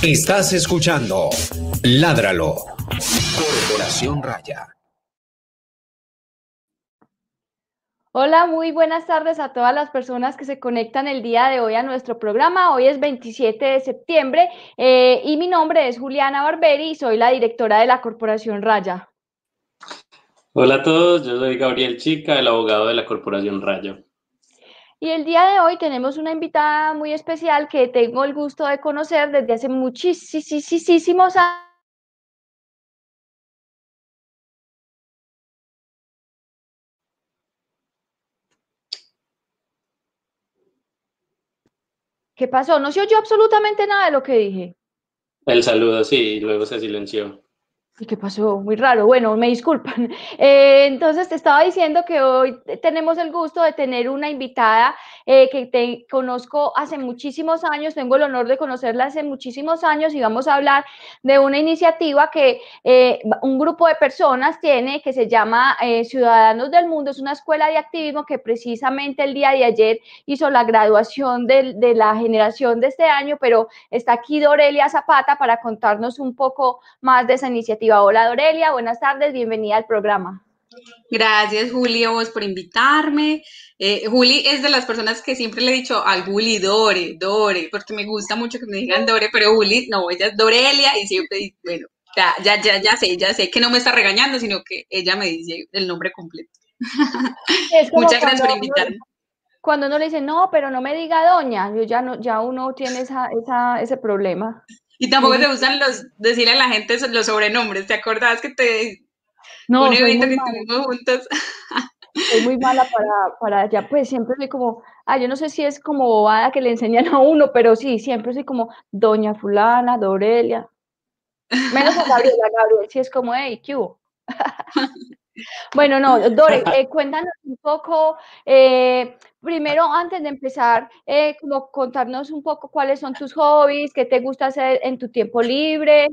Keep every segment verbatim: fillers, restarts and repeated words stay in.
Estás escuchando Ládralo, Corporación Raya. Hola, muy buenas tardes a todas las personas que se conectan el día de hoy a nuestro programa. Hoy es veintisiete de septiembre eh, y mi nombre es Juliana Barberi y soy la directora de la Corporación Raya. Hola a todos, yo soy Gabriel Chica, el abogado de la Corporación Raya. Y el día de hoy tenemos una invitada muy especial que tengo el gusto de conocer desde hace muchísimos años. ¿Qué pasó? No se oyó absolutamente nada de lo que dije. El saludo, sí, luego se silenció. ¿Y qué pasó? Muy raro. Bueno, me disculpan. Eh, entonces te estaba diciendo que hoy tenemos el gusto de tener una invitada eh, que te conozco hace muchísimos años, tengo el honor de conocerla hace muchísimos años y vamos a hablar de una iniciativa que eh, un grupo de personas tiene que se llama eh, Ciudadanos del Mundo. Es una escuela de activismo que precisamente el día de ayer hizo la graduación de, de la generación de este año, pero está aquí Dorelia Zapata para contarnos un poco más de esa iniciativa. Hola Dorelia, buenas tardes, bienvenida al programa. Gracias Juli a vos por invitarme. Eh, Juli es de las personas que siempre le he dicho al Juli Dore, Dore, porque me gusta mucho que me digan Dore, pero Juli, no, ella es Dorelia y siempre, bueno, ya, ya, ya, ya sé, ya sé que no me está regañando, sino que ella me dice el nombre completo. Es como Muchas gracias por cuando, invitarme. cuando uno le dice, no, pero no me diga doña, yo ya, no, ya uno tiene esa, esa, ese problema. Y tampoco te gustan los, decirle a la gente los sobrenombres, ¿te acordás que te, No, un soy evento muy que mala. estuvimos juntos? Soy muy mala para, para allá, pues siempre soy como, ah, yo no sé si es como bobada que le enseñan a uno, pero sí, siempre soy como doña fulana, Dorelia. Menos a Gabriela, Gabriel, sí es como, hey, ¿qué hubo? Bueno, no, Dore, eh, cuéntanos un poco, eh, primero antes de empezar, eh, como contarnos un poco cuáles son tus hobbies, qué te gusta hacer en tu tiempo libre.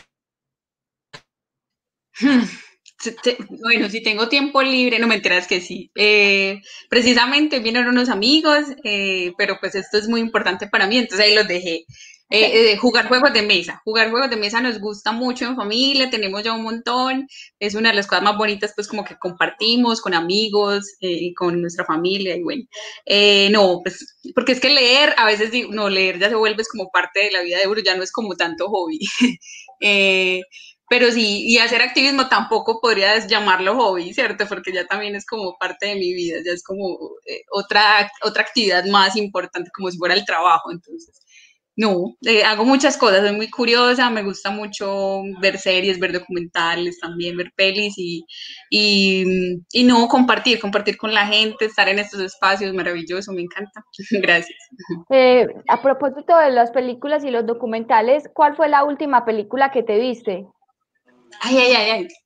Bueno, si tengo tiempo libre, no me enteras que sí. Eh, precisamente vinieron unos amigos, eh, pero pues esto es muy importante para mí, entonces ahí los dejé. Eh, eh, jugar juegos de mesa. Jugar juegos de mesa nos gusta mucho en familia, tenemos ya un montón. Es una de las cosas más bonitas, pues como que compartimos con amigos, eh, con nuestra familia y bueno. Eh, no, pues porque es que leer, a veces digo, no, leer ya se vuelve como parte de la vida de uno, ya no es como tanto hobby. eh, pero sí, y hacer activismo tampoco podrías llamarlo hobby, ¿cierto? Porque ya también es como parte de mi vida, ya es como eh, otra, otra actividad más importante, como si fuera el trabajo. Entonces, no, eh, hago muchas cosas, soy muy curiosa, me gusta mucho ver series, ver documentales, también ver pelis y, y, y no, compartir, compartir con la gente, estar en estos espacios, maravilloso, me encanta. Gracias. Eh, a propósito de las películas y los documentales, ¿cuál fue la última película que te viste? Ay, ay, ay, ay.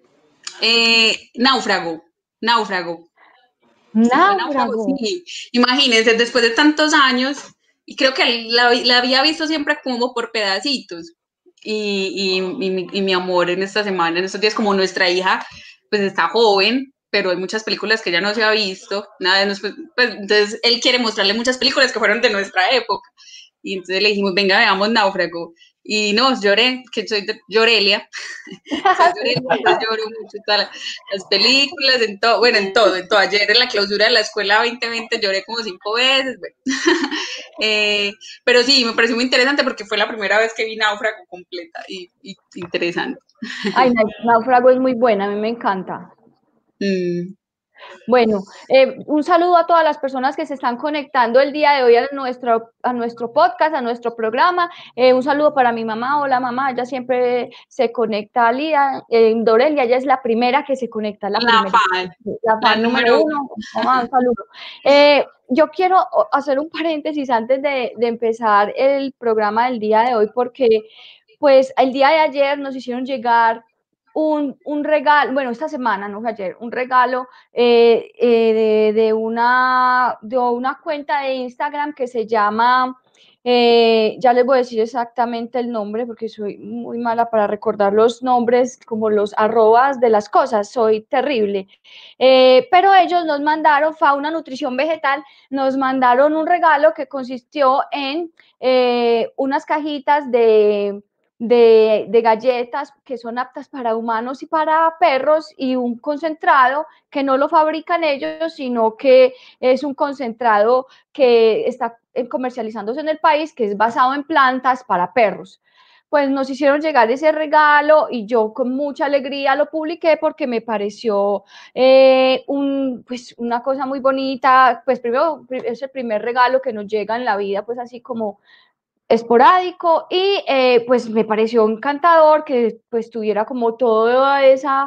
Eh, náufrago, náufrago. Sí, fue náufrago, Náufrago. sí. Imagínense, después de tantos años, y creo que la, la había visto siempre como por pedacitos. Y, y, y, mi, y mi amor en esta semana, en estos días, como nuestra hija, pues está joven, pero hay muchas películas que ella no se ha visto. Nada de nos, pues, entonces él quiere mostrarle muchas películas que fueron de nuestra época. Y entonces le dijimos, venga, veamos Náufrago. Y no, lloré, que soy de Llorelia. Soy Llorelia, entonces lloro mucho en todas las películas, en todo, bueno, en todo, en todo. Ayer en la clausura de la escuela veinte veinte lloré como cinco veces. Bueno. eh, pero sí, me pareció muy interesante porque fue la primera vez que vi Náufrago completa y, y interesante. Ay, Náufrago es muy buena, a mí me encanta. Mm. Bueno, eh, un saludo a todas las personas que se están conectando el día de hoy a nuestro, a nuestro podcast, a nuestro programa. Eh, un saludo para mi mamá. Hola mamá, ella siempre se conecta a Lía. Eh, Dorelia, ella es la primera que se conecta, la, La primera, fan, la la fan número, número uno. uno. Mamá, un saludo. Eh, yo quiero hacer un paréntesis antes de, de empezar el programa del día de hoy porque pues el día de ayer nos hicieron llegar un, un regalo, bueno, esta semana, no fue ayer, un regalo eh, eh, de, de, una, de una cuenta de Instagram que se llama Eh, ya les voy a decir exactamente el nombre porque soy muy mala para recordar los nombres, como los arrobas de las cosas, soy terrible. Eh, pero ellos nos mandaron, Fauna Nutrición Vegetal, nos mandaron un regalo que consistió en eh, unas cajitas de, de, de galletas que son aptas para humanos y para perros, y un concentrado que no lo fabrican ellos, sino que es un concentrado que está comercializándose en el país, que es basado en plantas para perros. Pues nos hicieron llegar ese regalo y yo con mucha alegría lo publiqué porque me pareció eh, un, pues una cosa muy bonita. Pues primero es el primer regalo que nos llega en la vida, pues así como esporádico, y eh, pues me pareció encantador que pues tuviera como toda esa,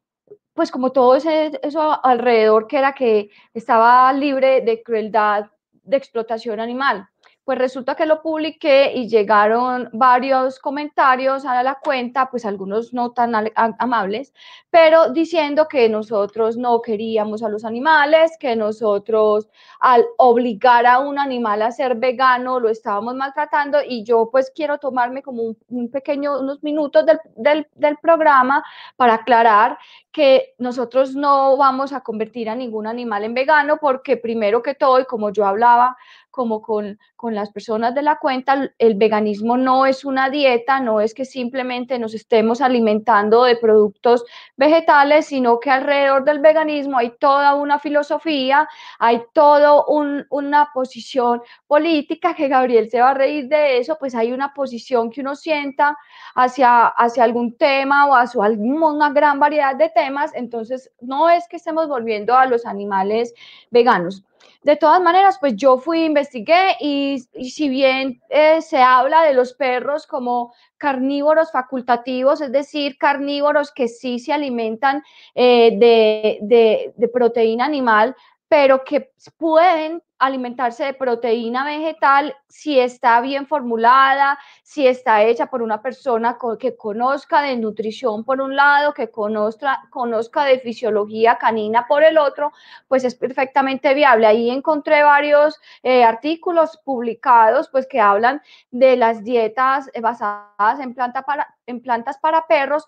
pues como todo ese, eso alrededor, que era que estaba libre de crueldad, de explotación animal. Pues resulta que lo publiqué y llegaron varios comentarios a la cuenta, pues algunos no tan amables, pero diciendo que nosotros no queríamos a los animales, que nosotros al obligar a un animal a ser vegano lo estábamos maltratando. Y yo pues quiero tomarme como un, un pequeño, unos minutos del, del, del programa para aclarar que nosotros no vamos a convertir a ningún animal en vegano, porque primero que todo, y como yo hablaba como con, con las personas de la cuenta, el veganismo no es una dieta, no es que simplemente nos estemos alimentando de productos vegetales, sino que alrededor del veganismo hay toda una filosofía, hay toda un, una posición política, que Gabriel se va a reír de eso, pues hay una posición que uno sienta hacia, hacia algún tema o hacia una gran variedad de temas. Entonces no es que estemos volviendo a los animales veganos. De todas maneras, pues yo fui, investigué, y, y si bien eh, se habla de los perros como carnívoros facultativos, es decir, carnívoros que sí se alimentan eh, de, de, de proteína animal, pero que pueden alimentarse de proteína vegetal si está bien formulada, si está hecha por una persona que conozca de nutrición por un lado, que conozca, conozca de fisiología canina por el otro, pues es perfectamente viable. Ahí encontré varios eh, artículos publicados pues que hablan de las dietas basadas en, planta para, en plantas para perros,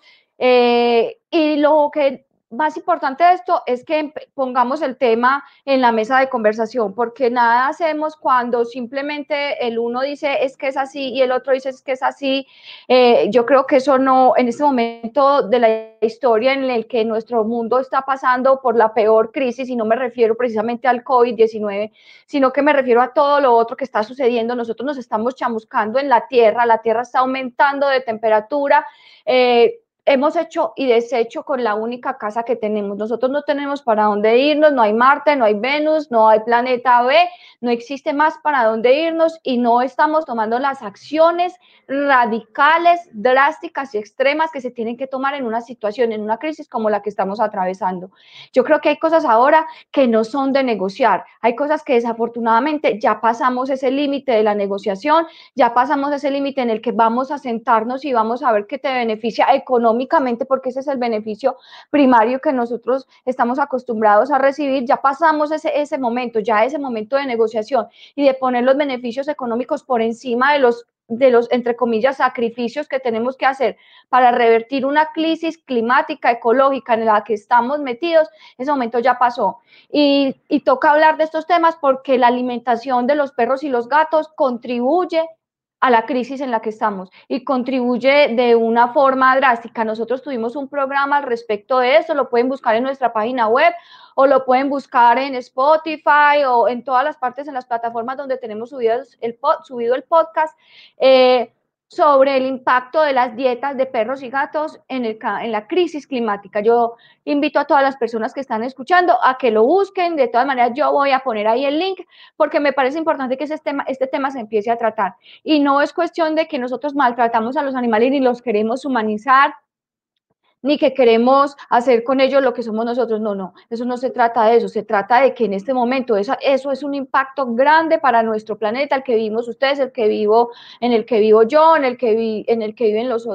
eh, y lo que más importante de esto es que pongamos el tema en la mesa de conversación, porque nada hacemos cuando simplemente el uno dice es que es así y el otro dice es que es así. Eh, yo creo que eso no, en este momento de la historia en el que nuestro mundo está pasando por la peor crisis, y no me refiero precisamente al COVID diecinueve, sino que me refiero a todo lo otro que está sucediendo. Nosotros nos estamos chamuscando en la Tierra, la Tierra está aumentando de temperatura, eh, hemos hecho y deshecho con la única casa que tenemos. Nosotros no tenemos para dónde irnos, no hay Marte, no hay Venus, no hay planeta B, no existe más para dónde irnos, y no estamos tomando las acciones radicales, drásticas y extremas que se tienen que tomar en una situación, en una crisis como la que estamos atravesando. Yo creo que hay cosas ahora que no son de negociar, hay cosas que desafortunadamente ya pasamos ese límite de la negociación, ya pasamos ese límite en el que vamos a sentarnos y vamos a ver qué te beneficia económicamente, porque ese es el beneficio primario que nosotros estamos acostumbrados a recibir. Ya pasamos ese, ese momento, ya ese momento de negociación y de poner los beneficios económicos por encima de los de los, entre comillas, sacrificios que tenemos que hacer para revertir una crisis climática, ecológica en la que estamos metidos. Ese momento ya pasó, y, y toca hablar de estos temas porque la alimentación de los perros y los gatos contribuye a la crisis en la que estamos y contribuye de una forma drástica. Nosotros tuvimos un programa al respecto de eso, lo pueden buscar en nuestra página web o lo pueden buscar en Spotify o en todas las partes, en las plataformas donde tenemos subidos el pod, subido el podcast, eh, sobre el impacto de las dietas de perros y gatos en, el, en la crisis climática. Yo invito a todas las personas que están escuchando a que lo busquen. De todas maneras, yo voy a poner ahí el link porque me parece importante que ese tema, este tema se empiece a tratar. Y no es cuestión de que nosotros maltratamos a los animales ni los queremos humanizar, ni que queremos hacer con ellos lo que somos nosotros. No, no, eso no se trata de eso, se trata de que en este momento eso, eso es un impacto grande para nuestro planeta, el que vivimos ustedes, el que vivo, en el que vivo yo, en el que, vi, en el que viven los otros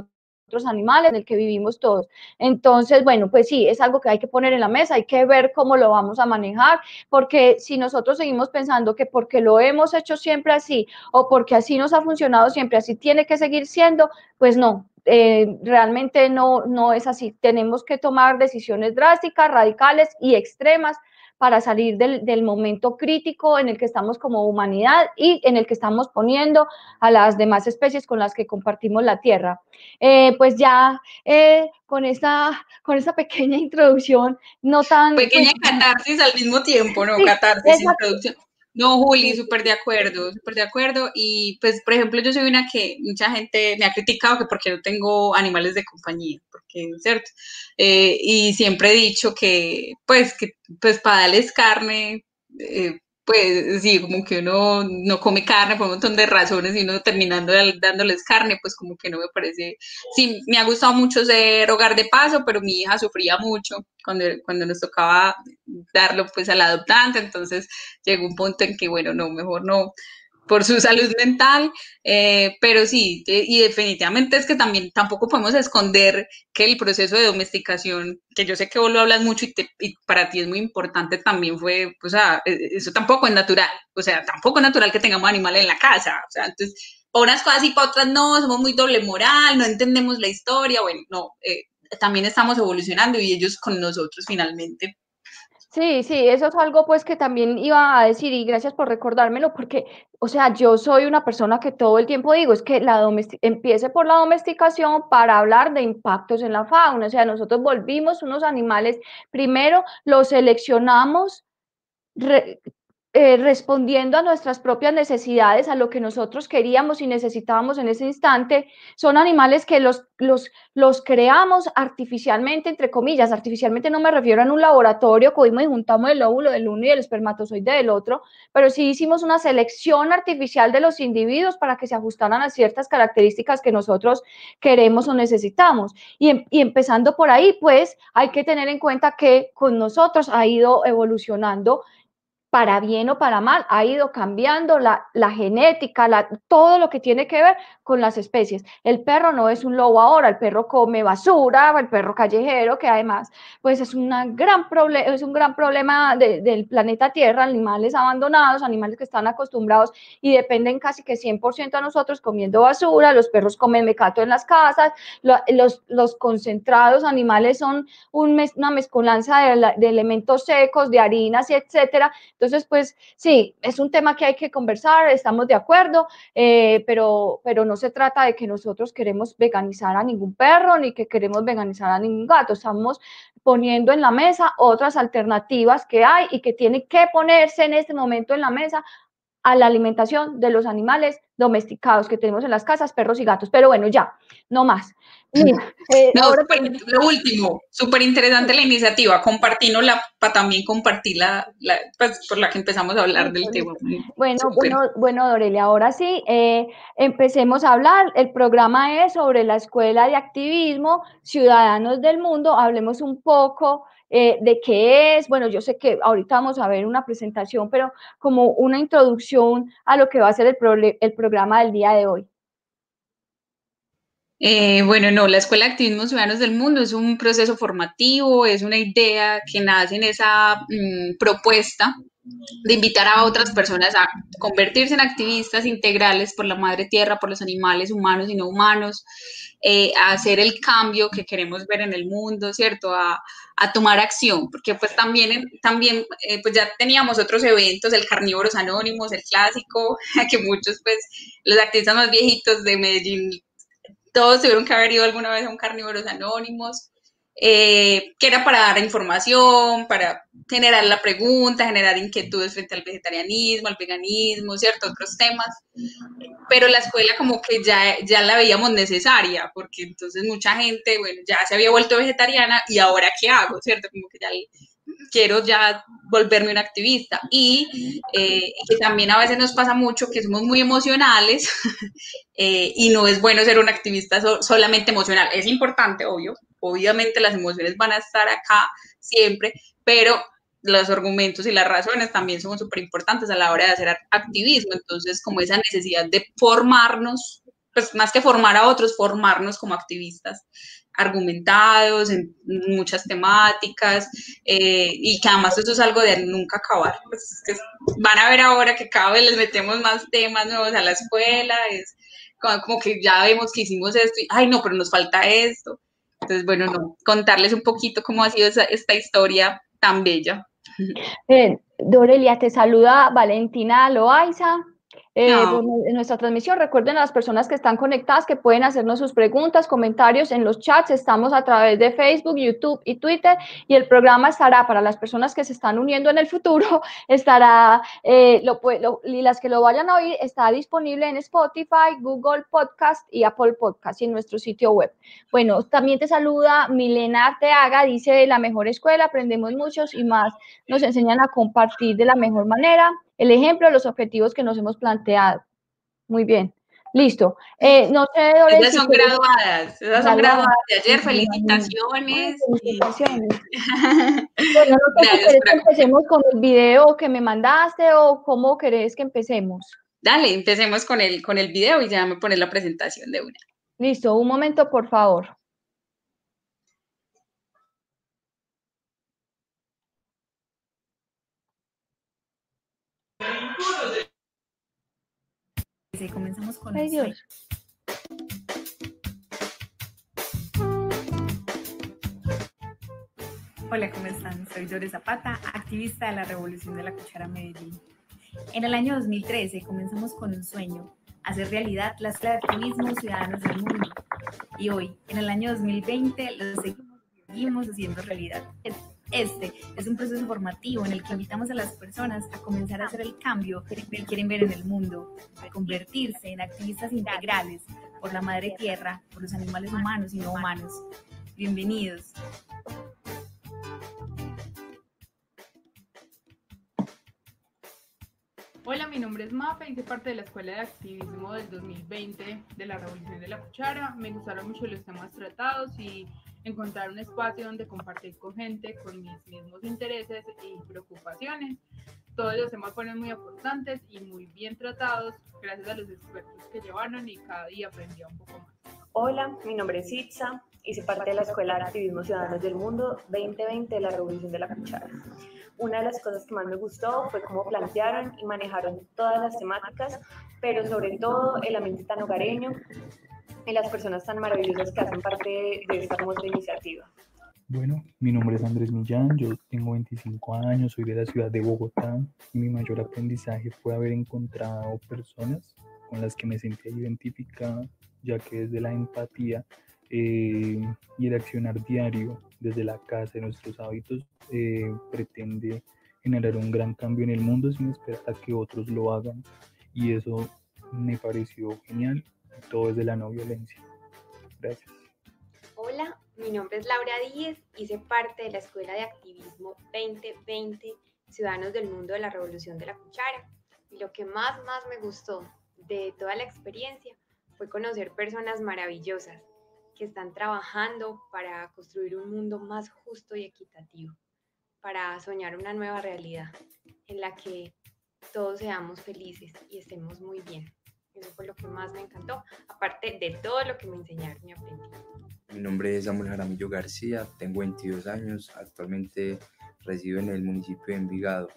otros animales, en el que vivimos todos. Entonces, bueno, pues sí, es algo que hay que poner en la mesa, hay que ver cómo lo vamos a manejar, porque si nosotros seguimos pensando que porque lo hemos hecho siempre así, o porque así nos ha funcionado siempre, así tiene que seguir siendo, pues no, eh, realmente no, no es así. Tenemos que tomar decisiones drásticas, radicales y extremas para salir del, del momento crítico en el que estamos como humanidad y en el que estamos poniendo a las demás especies con las que compartimos la Tierra. Eh, pues ya eh, con, esta, con esta pequeña introducción, no tan... Pequeña pues, catarsis al mismo tiempo, ¿no? sí, Catarsis, exacto. introducción. No, Juli, súper de acuerdo, súper de acuerdo. Y pues, por ejemplo, yo soy una que mucha gente me ha criticado que porque no tengo animales de compañía, porque, ¿cierto? Eh, y siempre he dicho que, pues, que, pues, para darles carne, eh, pues, sí, como que uno no come carne por un montón de razones y uno terminando dándoles carne, pues, como que no me parece. Sí, me ha gustado mucho ser hogar de paso, pero mi hija sufría mucho cuando, cuando nos tocaba darlo, pues, al adoptante, entonces llegó un punto en que, bueno, no, mejor no, por su salud mental, eh, pero sí, eh, y definitivamente es que también tampoco podemos esconder que el proceso de domesticación, que yo sé que vos lo hablas mucho y, te, y para ti es muy importante, también fue, o sea, eso tampoco es natural, o sea, tampoco es natural que tengamos animales en la casa, o sea, entonces, para unas cosas y para otras no, somos muy doble moral, no entendemos la historia, bueno, no, eh, también estamos evolucionando y ellos con nosotros finalmente. Sí, sí, eso es algo pues que también iba a decir y gracias por recordármelo porque, o sea, yo soy una persona que todo el tiempo digo, es que la domestic- empiece por la domesticación para hablar de impactos en la fauna, o sea, nosotros volvimos unos animales, primero los seleccionamos, re- eh, respondiendo a nuestras propias necesidades, a lo que nosotros queríamos y necesitábamos en ese instante, son animales que los, los, los creamos artificialmente, entre comillas, artificialmente no me refiero a en un laboratorio, cogimos y juntamos el óvulo del uno y el espermatozoide del otro, pero sí hicimos una selección artificial de los individuos para que se ajustaran a ciertas características que nosotros queremos o necesitamos. Y, y empezando por ahí, pues hay que tener en cuenta que con nosotros ha ido evolucionando para bien o para mal, ha ido cambiando la, la genética, la, todo lo que tiene que ver con las especies. El perro no es un lobo ahora, el perro come basura, el perro callejero, que además pues es, una gran proble es un gran problema de, del planeta Tierra, animales abandonados, animales que están acostumbrados y dependen casi que cien por ciento a nosotros comiendo basura, los perros comen mecato en las casas, lo, los, los concentrados animales son un, una mezcolanza de, de elementos secos, de harinas y etcétera. Entonces, pues sí, es un tema que hay que conversar, estamos de acuerdo, eh, pero, pero no se trata de que nosotros queremos veganizar a ningún perro ni que queremos veganizar a ningún gato, estamos poniendo en la mesa otras alternativas que hay y que tienen que ponerse en este momento en la mesa a la alimentación de los animales domesticados que tenemos en las casas, perros y gatos. Pero bueno, ya, no más. Mira, eh, no, ahora super, lo último, súper interesante la iniciativa, compartirnosla para también compartir la, la pues, por la que empezamos a hablar del tema. Bueno, super. bueno, bueno, Dorelia, ahora sí, eh, empecemos a hablar. El programa es sobre la Escuela de Activismo Ciudadanos del Mundo. Hablemos un poco eh, de qué es. Bueno, yo sé que ahorita vamos a ver una presentación, pero como una introducción a lo que va a ser el, pro el programa del día de hoy. Eh, bueno, no, la Escuela de Activismo Ciudadanos del Mundo es un proceso formativo, es una idea que nace en esa mmm, propuesta de invitar a otras personas a convertirse en activistas integrales por la madre tierra, por los animales humanos y no humanos, eh, a hacer el cambio que queremos ver en el mundo, ¿cierto? A, a tomar acción, porque pues también, también eh, pues ya teníamos otros eventos, el Carnívoros Anónimos, el clásico, que muchos pues los activistas más viejitos de Medellín todos tuvieron que haber ido alguna vez a un Carnívoros Anónimos, eh, que era para dar información, para generar la pregunta, generar inquietudes frente al vegetarianismo, al veganismo, ¿cierto? Otros temas. Pero la escuela como que ya, ya la veíamos necesaria, porque entonces mucha gente, bueno, ya se había vuelto vegetariana y ahora ¿qué hago? ¿Cierto? Como que ya quiero ya volverme una activista. Y eh, que también a veces nos pasa mucho que somos muy emocionales eh, y no es bueno ser un activista so solamente emocional. Es importante, obvio, obviamente las emociones van a estar acá siempre, pero los argumentos y las razones también son súper importantes a la hora de hacer activismo. Entonces, como esa necesidad de formarnos pues más que formar a otros, formarnos como activistas argumentados en muchas temáticas, eh, y que además eso es algo de nunca acabar. Pues, que van a ver ahora que cada vez les metemos más temas nuevos a la escuela, es como, como que ya vemos que hicimos esto y, ay no, pero nos falta esto. Entonces, bueno, no, contarles un poquito cómo ha sido esa, esta historia tan bella. Eh, Dorelia, te saluda Valentina Loaiza. Eh, No. En nuestra transmisión, recuerden a las personas que están conectadas que pueden hacernos sus preguntas, comentarios en los chats. Estamos a través de Facebook, YouTube y Twitter, y el programa estará para las personas que se están uniendo en el futuro, estará, eh, lo, lo, y las que lo vayan a oír, está disponible en Spotify, Google Podcast y Apple Podcast y en nuestro sitio web. Bueno, también te saluda Milena Arteaga, dice: la mejor escuela, aprendemos muchos y más, nos enseñan a compartir de la mejor manera el ejemplo, los objetivos que nos hemos planteado. Muy bien, listo. Eh, no sé, Dorel, esas si son quieres... graduadas, esas son graduadas de ayer, felicitaciones. Ay, felicitaciones. Bueno, no sé si quieres que empecemos con el video que me mandaste o cómo querés que empecemos. Dale, empecemos con el, con el video y ya me pones la presentación de una. Listo, un momento, por favor. Sí, comenzamos con Ay, Dios. Hola, ¿cómo están? Soy Dore Zapata, activista de la Revolución de la Cuchara Medellín. En el año dos mil trece comenzamos con un sueño, hacer realidad la escuela de activismo Ciudadanos del Mundo. Y hoy, en el año dos mil veinte, lo seguimos, seguimos haciendo realidad. Este es un proceso formativo en el que invitamos a las personas a comenzar a hacer el cambio que quieren ver en el mundo, a convertirse en activistas integrales por la madre tierra, por los animales humanos y no humanos. Bienvenidos. Hola, mi nombre es Mafe, hice parte de la Escuela de Activismo del dos mil veinte de la Revolución de la Cuchara. Me gustaron mucho los temas tratados y encontrar un espacio donde compartir con gente con mis mismos intereses y preocupaciones. Todos los temas fueron muy importantes y muy bien tratados, gracias a los expertos que llevaron, y cada día aprendía un poco más. Hola, mi nombre es Itza, hice parte de la Escuela de Activismo Ciudadanos del Mundo veinte veinte de la Revolución de la Cuchara. Una de las cosas que más me gustó fue cómo plantearon y manejaron todas las temáticas, pero sobre todo el ambiente tan hogareño y las personas tan maravillosas que hacen parte de esta hermosa iniciativa. Bueno, mi nombre es Andrés Millán, yo tengo veinticinco años, soy de la ciudad de Bogotá y mi mayor aprendizaje fue haber encontrado personas con las que me sentía identificada, ya que desde la empatía eh, y el accionar diario desde la casa, de nuestros hábitos, eh, pretende generar un gran cambio en el mundo sin esperar a que otros lo hagan, y eso me pareció genial, todo desde la no violencia. Gracias. Hola, mi nombre es Laura Díez, hice parte de la Escuela de Activismo veinte veinte Ciudadanos del Mundo de la Revolución de la Cuchara, y lo que más más me gustó de toda la experiencia fue conocer personas maravillosas que están trabajando para construir un mundo más justo y equitativo, para soñar una nueva realidad en la que todos seamos felices y estemos muy bien. Eso fue lo que más me encantó, aparte de todo lo que me enseñaron y aprendí. Mi nombre es Samuel Jaramillo García, tengo veintidós años, actualmente resido en el municipio de Envigado.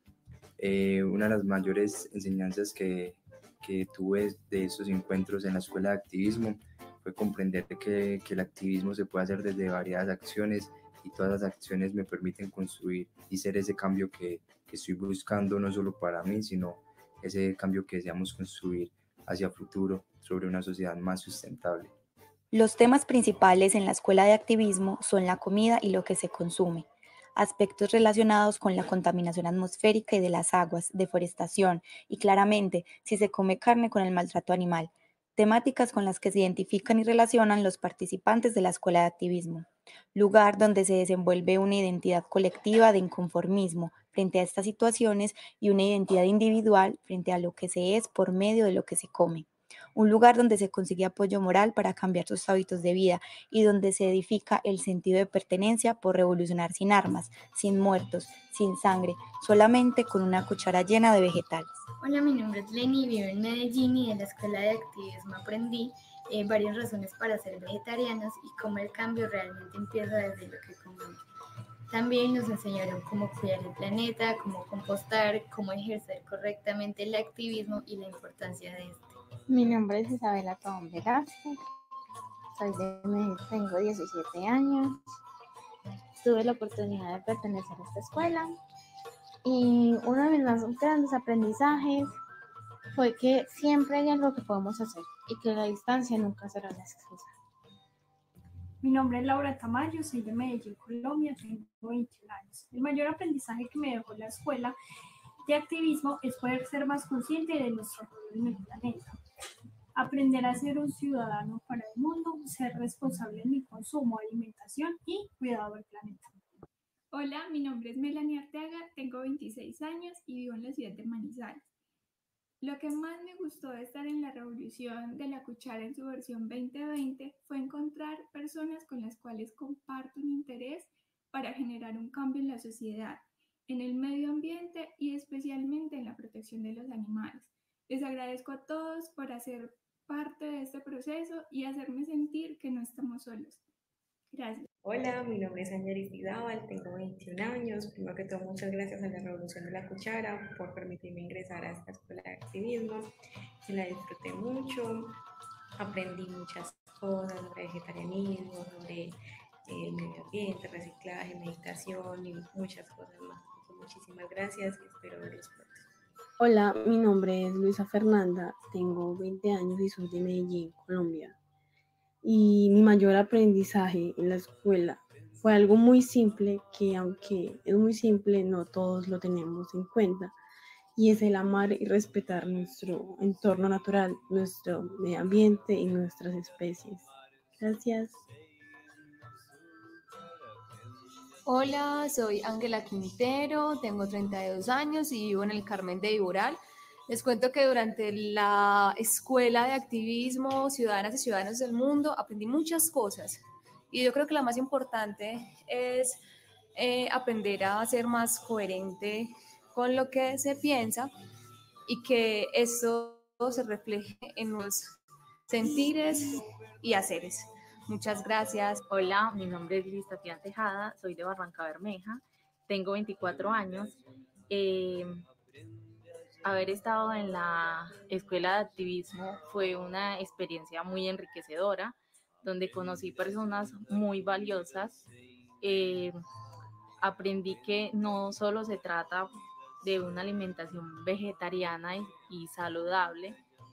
Eh, una de las mayores enseñanzas que, que tuve de estos encuentros en la Escuela de Activismo fue comprender que, que el activismo se puede hacer desde varias acciones, y todas las acciones me permiten construir y ser ese cambio que, que estoy buscando, no solo para mí, sino ese cambio que deseamos construir hacia futuro sobre una sociedad más sustentable. Los temas principales en la Escuela de Activismo son la comida y lo que se consume, aspectos relacionados con la contaminación atmosférica y de las aguas, deforestación y, claramente, si se come carne, con el maltrato animal, temáticas con las que se identifican y relacionan los participantes de la Escuela de Activismo, lugar donde se desenvuelve una identidad colectiva de inconformismo frente a estas situaciones y una identidad individual frente a lo que se es por medio de lo que se come. un lugar donde se consigue apoyo moral para cambiar sus hábitos de vida y donde se edifica el sentido de pertenencia por revolucionar sin armas, sin muertos, sin sangre, solamente con una cuchara llena de vegetales. Hola, mi nombre es Lenny, vivo en Medellín y en la escuela de activismo aprendí eh, varias razones para ser vegetarianos y cómo el cambio realmente empieza desde lo que comemos. También nos enseñaron cómo cuidar el planeta, cómo compostar, cómo ejercer correctamente el activismo y la importancia de este. Mi nombre es Isabela Tobón Velázquez, soy de Medellín, tengo diecisiete años, tuve la oportunidad de pertenecer a esta escuela y uno de mis más grandes aprendizajes fue que siempre hay algo que podemos hacer y que la distancia nunca será una excusa. Mi nombre es Laura Tamayo, soy de Medellín, Colombia, tengo veintiún años. El mayor aprendizaje que me dejó la escuela de activismo es poder ser más consciente de nuestro rol en el planeta. Aprender a ser un ciudadano para el mundo, ser responsable en mi consumo, alimentación y cuidado del planeta. Hola, mi nombre es Melanie Arteaga, tengo veintiséis años y vivo en la ciudad de Manizales. Lo que más me gustó de estar en la revolución de la cuchara en su versión veinte veinte fue encontrar personas con las cuales comparto un interés para generar un cambio en la sociedad, en el medio ambiente y especialmente en la protección de los animales. Les agradezco a todos por hacer parte de este proceso y hacerme sentir que no estamos solos. Gracias. Hola, mi nombre es Ángeles Vidal, tengo veintiún años. Primero que todo, muchas gracias a la Revolución de la Cuchara por permitirme ingresar a esta escuela de activismo. Y la disfruté mucho, aprendí muchas cosas sobre vegetarianismo, sobre el medio ambiente, reciclaje, meditación y muchas cosas más. Muchísimas gracias y espero verlos pronto. Hola, mi nombre es Luisa Fernanda, tengo veinte años y soy de Medellín, Colombia. Y mi mayor aprendizaje en la escuela fue algo muy simple que, aunque es muy simple, no todos lo tenemos en cuenta, y es el amar y respetar nuestro entorno natural, nuestro medio ambiente y nuestras especies. Gracias. Hola, soy Ángela Quintero, tengo treinta y dos años y vivo en el Carmen de Iboral. Les cuento que durante la escuela de activismo Ciudadanas y Ciudadanos del Mundo aprendí muchas cosas y yo creo que la más importante es eh, aprender a ser más coherente con lo que se piensa y que esto se refleje en los sentires y haceres. Muchas gracias. Hola, mi nombre es Liz Tatiana Tejada, soy de Barranca Bermeja, tengo veinticuatro años. Eh, haber estado en la escuela de activismo fue una experiencia muy enriquecedora, donde conocí personas muy valiosas. Eh, aprendí que no solo se trata de una alimentación vegetariana y, y saludable,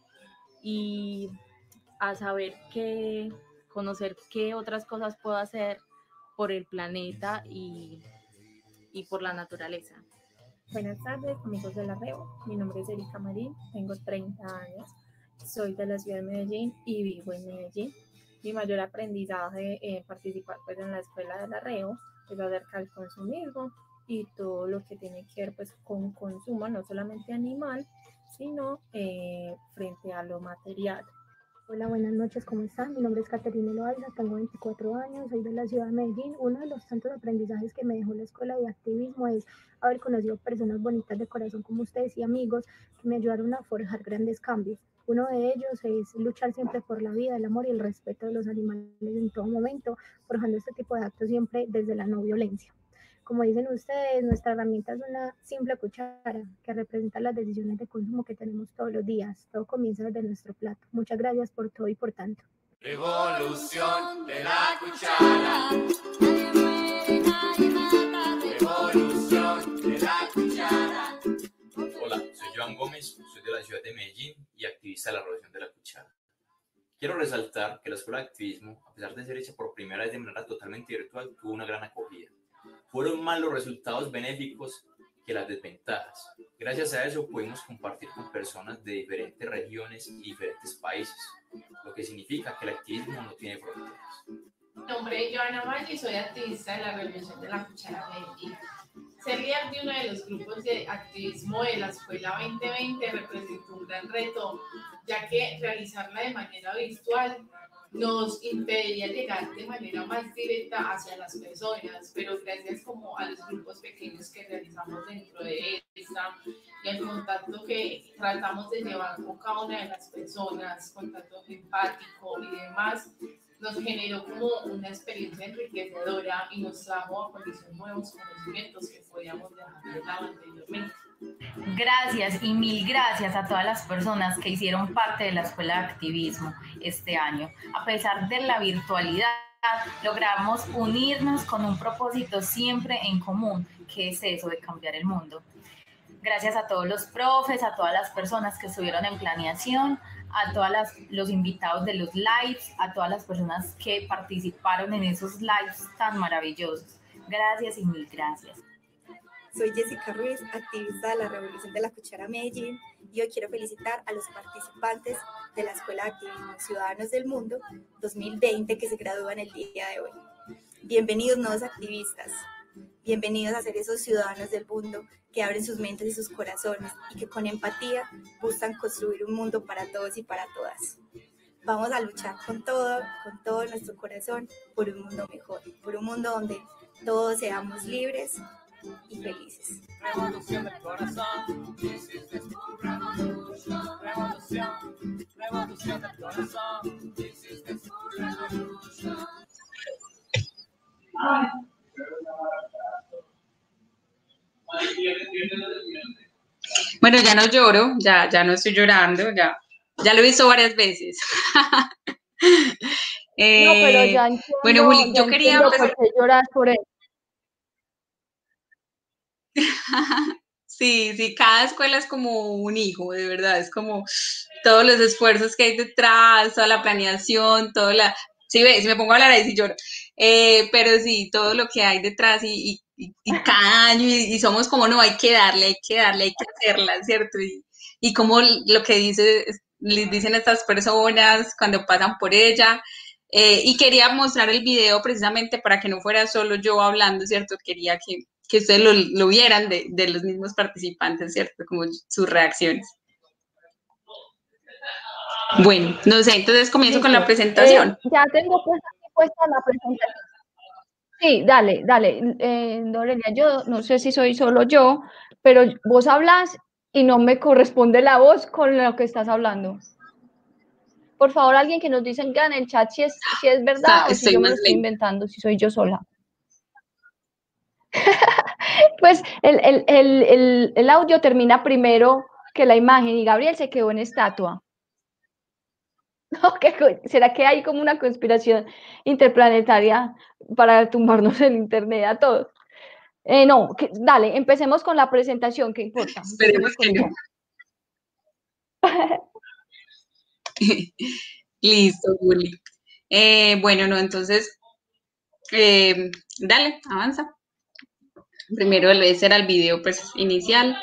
y a saber que conocer qué otras cosas puedo hacer por el planeta y, y por la naturaleza. Buenas tardes, amigos de la Reo. Mi nombre es Erika Marín, tengo treinta años, soy de la ciudad de Medellín y vivo en Medellín. Mi mayor aprendizaje en eh, participar pues, en la escuela de la Reo es acerca del consumismo y todo lo que tiene que ver pues, con consumo, no solamente animal, sino eh, frente a lo material. Hola, buenas noches, ¿cómo están? Mi nombre es Caterina Loaiza, tengo veinticuatro años, soy de la ciudad de Medellín. Uno de los tantos aprendizajes que me dejó la escuela de activismo es haber conocido personas bonitas de corazón como ustedes y amigos que me ayudaron a forjar grandes cambios. Uno de ellos es luchar siempre por la vida, el amor y el respeto de los animales en todo momento, forjando este tipo de actos siempre desde la no violencia. Como dicen ustedes, nuestra herramienta es una simple cuchara que representa las decisiones de consumo que tenemos todos los días. Todo comienza desde nuestro plato. Muchas gracias por todo y por tanto. Revolución de la cuchara. Nadie muere, nadie mata. Revolución de la cuchara. Hola, soy Joan Gómez, soy de la ciudad de Medellín y activista de la Revolución de la Cuchara. Quiero resaltar que la escuela de activismo, a pesar de ser hecha por primera vez de manera totalmente virtual, tuvo una gran acogida. Fueron más los resultados benéficos que las desventajas. Gracias a eso pudimos compartir con personas de diferentes regiones y diferentes países, lo que significa que el activismo no tiene fronteras. Mi nombre es Joana Valle y soy activista de la Revolución de la Cuchara Medellín. Ser líder de uno de los grupos de activismo de la Escuela veinte veinte representó un gran reto, ya que realizarla de manera virtual nos impediría llegar de manera más directa hacia las personas, pero gracias como a los grupos pequeños que realizamos dentro de esta y el contacto que tratamos de llevar con cada una de las personas, contacto empático y demás, nos generó como una experiencia enriquecedora y nos trajo a conocer nuevos conocimientos que podíamos dejar de lado anteriormente. Gracias y mil gracias a todas las personas que hicieron parte de la Escuela de Activismo este año. A pesar de la virtualidad, logramos unirnos con un propósito siempre en común, que es eso de cambiar el mundo. Gracias a todos los profes, a todas las personas que estuvieron en planeación, a todos los invitados de los lives, a todas las personas que participaron en esos lives tan maravillosos. Gracias y mil gracias. Soy Jessica Ruiz, activista de la Revolución de la Cuchara Medellín, y hoy quiero felicitar a los participantes de la Escuela de Activismo Ciudadanos del Mundo dos mil veinte que se gradúan el día de hoy. Bienvenidos nuevos activistas, bienvenidos a ser esos ciudadanos del mundo que abren sus mentes y sus corazones y que con empatía buscan construir un mundo para todos y para todas. Vamos a luchar con todo, con todo nuestro corazón por un mundo mejor, por un mundo donde todos seamos libres y felices. Revolución del corazón, this is the school revolution. Revolución, revolución del corazón, this is the school revolution. Bueno, ya no lloro, ya, ya no estoy llorando, ya, ya lo he visto varias veces. eh, no, pero ya entiendo, bueno, Juli, yo ya quería empezar... por qué lloras por él. Sí, sí, cada escuela es como un hijo, de verdad, es como todos los esfuerzos que hay detrás, toda la planeación, toda la... Sí, ves, si me pongo a hablar ahí sí lloro, eh, pero sí, todo lo que hay detrás y, y, y cada año, y, y somos como, no, hay que darle, hay que darle, hay que hacerla, ¿cierto? Y, y como lo que dice, les dicen estas personas cuando pasan por ella, eh, y quería mostrar el video precisamente para que no fuera solo yo hablando, ¿cierto? Quería que que ustedes lo, lo vieran de, de los mismos participantes, ¿cierto? Como sus reacciones. Bueno, no sé, entonces comienzo Listo. con la presentación. Eh, ya tengo puesta, puesta la presentación. Sí, dale, dale. Eh, Dorelia, yo no sé si soy solo yo, pero vos hablas y no me corresponde la voz con lo que estás hablando. Por favor, alguien que nos diga en el chat si es, si es verdad Está, o si yo me lo estoy lento. inventando, si soy yo sola. Pues el, el, el, el, el audio termina primero que la imagen y Gabriel se quedó en estatua. ¿Será que hay como una conspiración interplanetaria para tumbarnos el internet a todos? Eh, no, que, dale, empecemos con la presentación, ¿qué importa? Esperemos que no. Listo, Juli. Eh, bueno, no, entonces, eh, dale, avanza. Primero ese era el video pues inicial.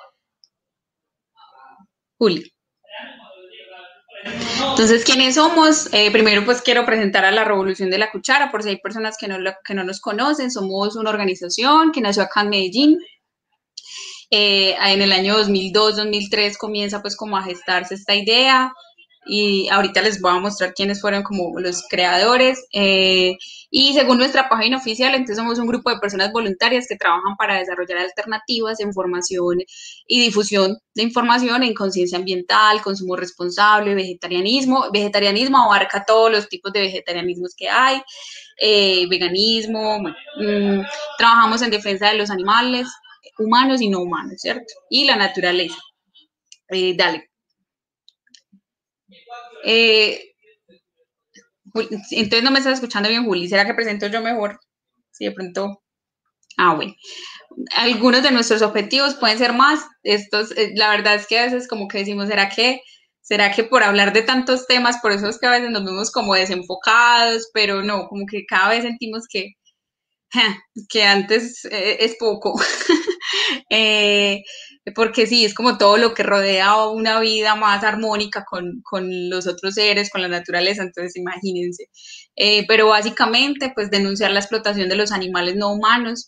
Juli. Entonces, ¿quiénes somos? Eh, primero pues quiero presentar a la Revolución de la Cuchara, por si hay personas que no, lo, que no nos conocen. Somos una organización que nació acá en Medellín. Eh, en el año dos mil dos, dos mil tres comienza pues como a gestarse esta idea. Y ahorita les voy a mostrar quiénes fueron como los creadores. Eh, y según nuestra página oficial, entonces somos un grupo de personas voluntarias que trabajan para desarrollar alternativas en formación y difusión de información en conciencia ambiental, consumo responsable, vegetarianismo. Vegetarianismo abarca todos los tipos de vegetarianismos que hay, eh, veganismo, bueno, mmm, trabajamos en defensa de los animales, humanos y no humanos, ¿cierto? Y la naturaleza. Eh, dale. Eh, entonces no me estás escuchando bien, Juli. ¿Será que presento yo mejor? Sí, de pronto. Ah, bueno. Algunos de nuestros objetivos pueden ser más. Estos, eh, la verdad es que a veces como que decimos, ¿será que, será que por hablar de tantos temas, por eso es que a veces nos vemos como desenfocados? Pero no, como que cada vez sentimos que, que antes eh, es poco. eh, porque sí, es como todo lo que rodea una vida más armónica con, con los otros seres, con la naturaleza, entonces imagínense. Eh, pero básicamente, pues denunciar la explotación de los animales no humanos,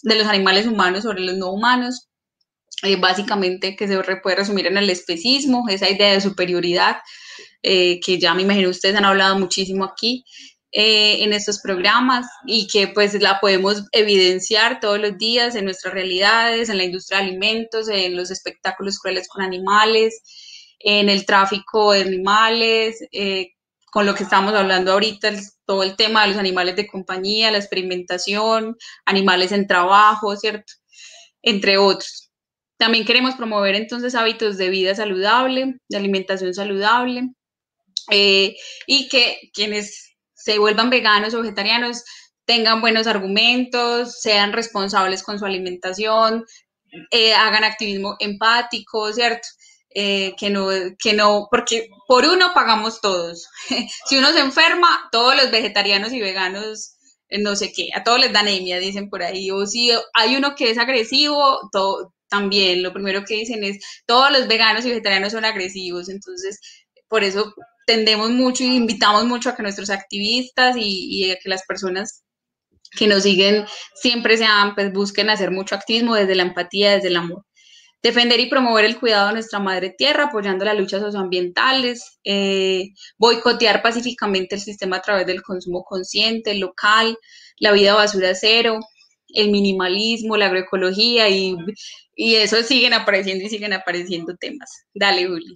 de los animales humanos sobre los no humanos, eh, básicamente que se puede resumir en el especismo, esa idea de superioridad, eh, que ya me imagino ustedes han hablado muchísimo aquí eh, en estos programas y que pues la podemos evidenciar todos los días en nuestras realidades, en la industria de alimentos, en los espectáculos crueles con animales, en el tráfico de animales, eh, con lo que estamos hablando ahorita, el, todo el tema de los animales de compañía, la experimentación, animales en trabajo, ¿cierto? Entre otros. También queremos promover entonces hábitos de vida saludable, de alimentación saludable, eh, y que quienes se vuelvan veganos o vegetarianos tengan buenos argumentos, sean responsables con su alimentación, eh, hagan activismo empático, ¿cierto? Eh, que no, que no, porque por uno pagamos todos. Si uno se enferma, todos los vegetarianos y veganos, eh, no sé qué, a todos les da anemia, dicen por ahí, o si hay uno que es agresivo, todo, también, lo primero que dicen es, todos los veganos y vegetarianos son agresivos, entonces, por eso tendemos mucho y invitamos mucho a que nuestros activistas y, y a que las personas que nos siguen siempre sean, pues busquen hacer mucho activismo desde la empatía, desde el amor. Defender y promover el cuidado de nuestra madre tierra, apoyando las luchas socioambientales, eh, boicotear pacíficamente el sistema a través del consumo consciente, local, la vida basura cero, el minimalismo, la agroecología y, y eso siguen apareciendo y siguen apareciendo temas. Dale, Juli.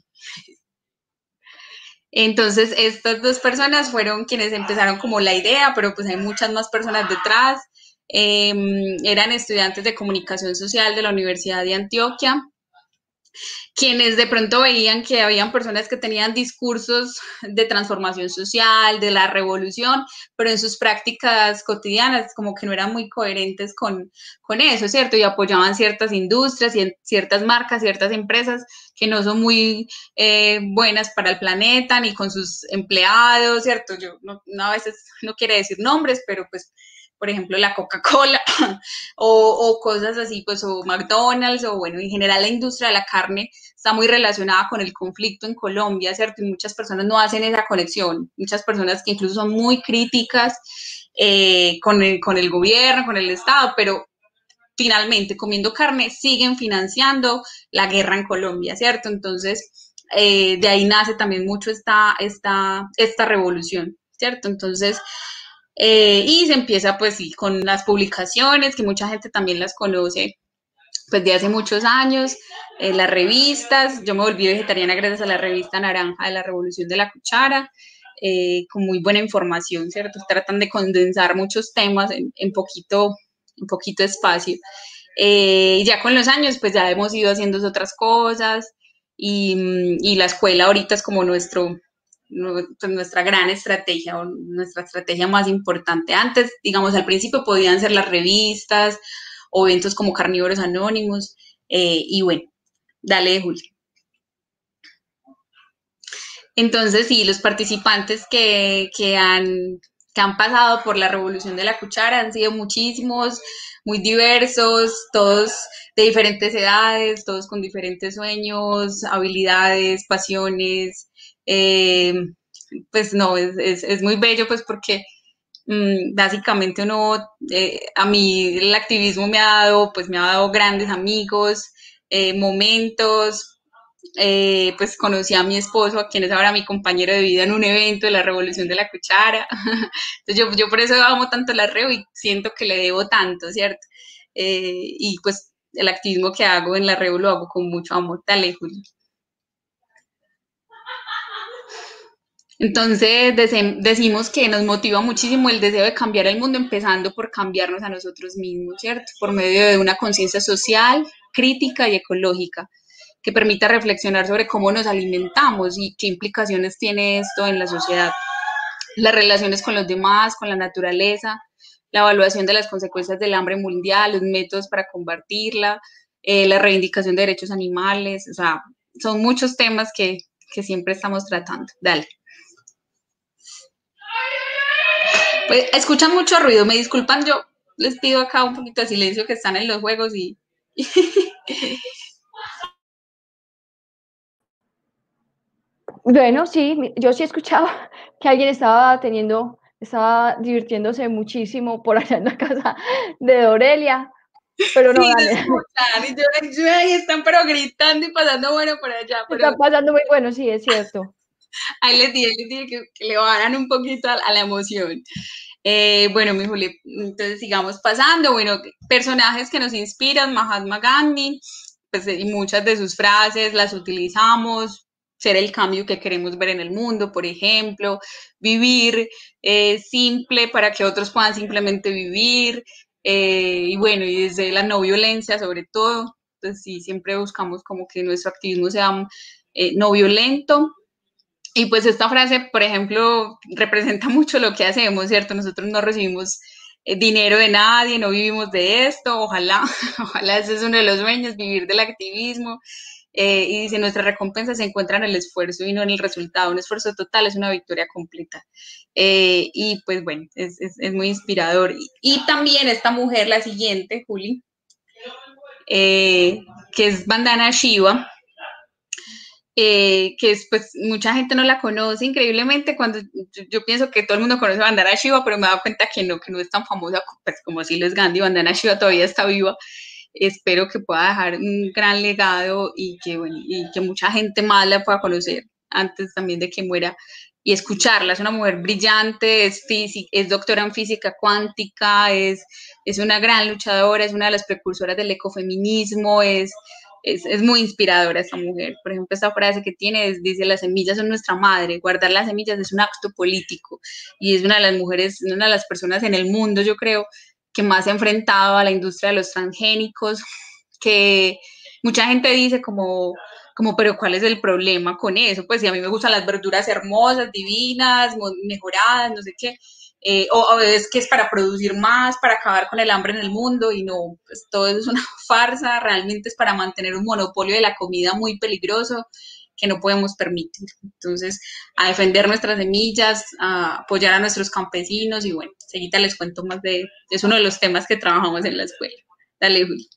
Entonces, estas dos personas fueron quienes empezaron como la idea, pero pues hay muchas más personas detrás. Eh, eran estudiantes de comunicación social de la Universidad de Antioquia, quienes de pronto veían que habían personas que tenían discursos de transformación social, de la revolución, pero en sus prácticas cotidianas como que no eran muy coherentes con, con eso, ¿cierto? Y apoyaban ciertas industrias y ciertas marcas, ciertas empresas que no son muy eh, buenas para el planeta ni con sus empleados, ¿cierto? Yo no, no a veces no quiero decir nombres, pero pues por ejemplo, la Coca-Cola o, o cosas así, pues, o McDonald's, o bueno, en general la industria de la carne está muy relacionada con el conflicto en Colombia, ¿cierto? Y muchas personas no hacen esa conexión, muchas personas que incluso son muy críticas eh, con, el, con el gobierno, con el Estado, pero finalmente comiendo carne siguen financiando la guerra en Colombia, ¿cierto? Entonces, eh, de ahí nace también mucho esta, esta, esta revolución, ¿cierto? Entonces, Eh, y se empieza pues sí, con las publicaciones, que mucha gente también las conoce pues de hace muchos años, eh, las revistas. Yo me volví vegetariana gracias a la revista Naranja de la Revolución de la Cuchara, eh, con muy buena información, ¿cierto? Tratan de condensar muchos temas en, en, poquito, en poquito espacio. Eh, ya con los años pues ya hemos ido haciendo otras cosas y, y la escuela ahorita es como nuestro... Pues nuestra gran estrategia o nuestra estrategia más importante. Antes, digamos, al principio podían ser las revistas o eventos como Carnívoros Anónimos, eh, y bueno, dale, Juli. Entonces, sí, los participantes que, que, han, que han pasado por la Revolución de la Cuchara han sido muchísimos, muy diversos, todos de diferentes edades, todos con diferentes sueños, habilidades, pasiones. Eh, pues no, es, es, es muy bello pues porque mmm, básicamente uno, eh, a mí el activismo me ha dado, pues me ha dado grandes amigos, eh, momentos, eh, pues conocí a mi esposo, a quien es ahora mi compañero de vida en un evento de la Revolución de la Cuchara. Entonces yo, yo por eso amo tanto la Reo y siento que le debo tanto, ¿cierto? Eh, y pues el activismo que hago en la Reo lo hago con mucho amor. Dale, Juli. Entonces decimos que nos motiva muchísimo el deseo de cambiar el mundo, empezando por cambiarnos a nosotros mismos, ¿cierto? Por medio de una conciencia social, crítica y ecológica, que permita reflexionar sobre cómo nos alimentamos y qué implicaciones tiene esto en la sociedad, las relaciones con los demás, con la naturaleza, la evaluación de las consecuencias del hambre mundial, los métodos para combatirla, eh, la reivindicación de derechos animales, o sea, son muchos temas que, que siempre estamos tratando. Dale. Pues escuchan mucho ruido, me disculpan, yo les pido acá un poquito de silencio que están en los juegos y... Bueno, sí, yo sí escuchaba que alguien estaba teniendo, estaba divirtiéndose muchísimo por allá en la casa de Dorelia, Pero no, Sí, se dale. escuchan, y yo, yo ahí están pero gritando y pasando bueno por allá. Pero Está pasando muy bueno, sí, es cierto. ahí les dije, les dije que, que le bajaran un poquito a, a la emoción. Eh, bueno, mi Juli, entonces sigamos pasando. Bueno, personajes que nos inspiran, Mahatma Gandhi, pues, y muchas de sus frases las utilizamos. Ser el cambio que queremos ver en el mundo, por ejemplo, vivir eh, simple para que otros puedan simplemente vivir, eh, y bueno, y desde la no violencia sobre todo, pues sí, siempre buscamos como que nuestro activismo sea eh, no violento. Y pues esta frase, por ejemplo, representa mucho lo que hacemos, ¿cierto? Nosotros no recibimos eh, dinero de nadie, no vivimos de esto, ojalá, ojalá ese es uno de los sueños, vivir del activismo. Eh, y dice, nuestra recompensa se encuentra en el esfuerzo y no en el resultado. Un esfuerzo total es una victoria completa. Eh, y pues bueno, es, es, es muy inspirador. Y, y también esta mujer, la siguiente, Juli, eh, que es Vandana Shiva, eh, que es, pues mucha gente no la conoce increíblemente cuando yo, yo pienso que todo el mundo conoce a Vandana Shiva, pero me he dado cuenta que no, que no es tan famosa pues, como si lo es Gandhi. Vandana Shiva todavía está viva. Espero que pueda dejar un gran legado y que, bueno, y que mucha gente más la pueda conocer antes también de que muera y escucharla. Es una mujer brillante, es, física, es doctora en física cuántica, es, es una gran luchadora, es una de las precursoras del ecofeminismo, es, es, es muy inspiradora esta mujer. Por ejemplo, esta frase que tiene es, dice, las semillas son nuestra madre, guardar las semillas es un acto político, y es una de las mujeres, una de las personas en el mundo, yo creo, que más se ha enfrentado a la industria de los transgénicos, que mucha gente dice como, como, pero ¿cuál es el problema con eso? Pues si a mí me gustan las verduras hermosas, divinas, mejoradas, no sé qué, eh, o, o es que es para producir más, para acabar con el hambre en el mundo, y no, pues todo eso es una farsa, realmente es para mantener un monopolio de la comida muy peligroso que no podemos permitir. Entonces, a defender nuestras semillas, a apoyar a nuestros campesinos, y bueno, seguida les cuento más de, es uno de los temas que trabajamos en la escuela. Dale, Juli.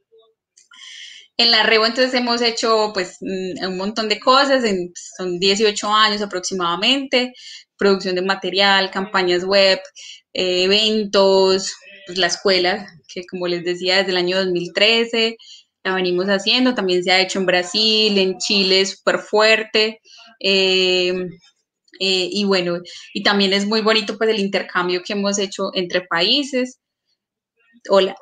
En la Rebo entonces hemos hecho pues un montón de cosas, en, son dieciocho años aproximadamente, producción de material, campañas web, eh, eventos, pues la escuela, que como les decía, desde el año dos mil trece la venimos haciendo, también se ha hecho en Brasil, en Chile, súper fuerte, eh, eh, y bueno, y también es muy bonito pues el intercambio que hemos hecho entre países. Hola.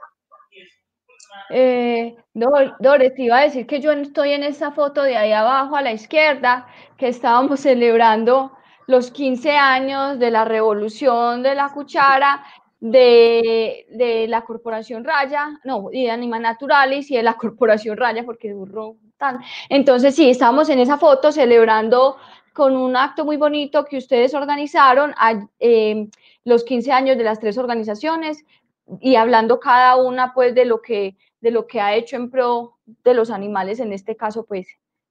Eh, Dore, te iba a decir que yo estoy en esa foto de ahí abajo a la izquierda, que estábamos celebrando los quince años de la revolución de la cuchara, de, de la Corporación Raya, no, y de Anima Naturalis y de la Corporación Raya, porque burro tan. Entonces sí, estábamos en esa foto celebrando con un acto muy bonito que ustedes organizaron a, eh, los quince años de las tres organizaciones, y hablando cada una pues de lo que de lo que ha hecho en pro de los animales en este caso, pues.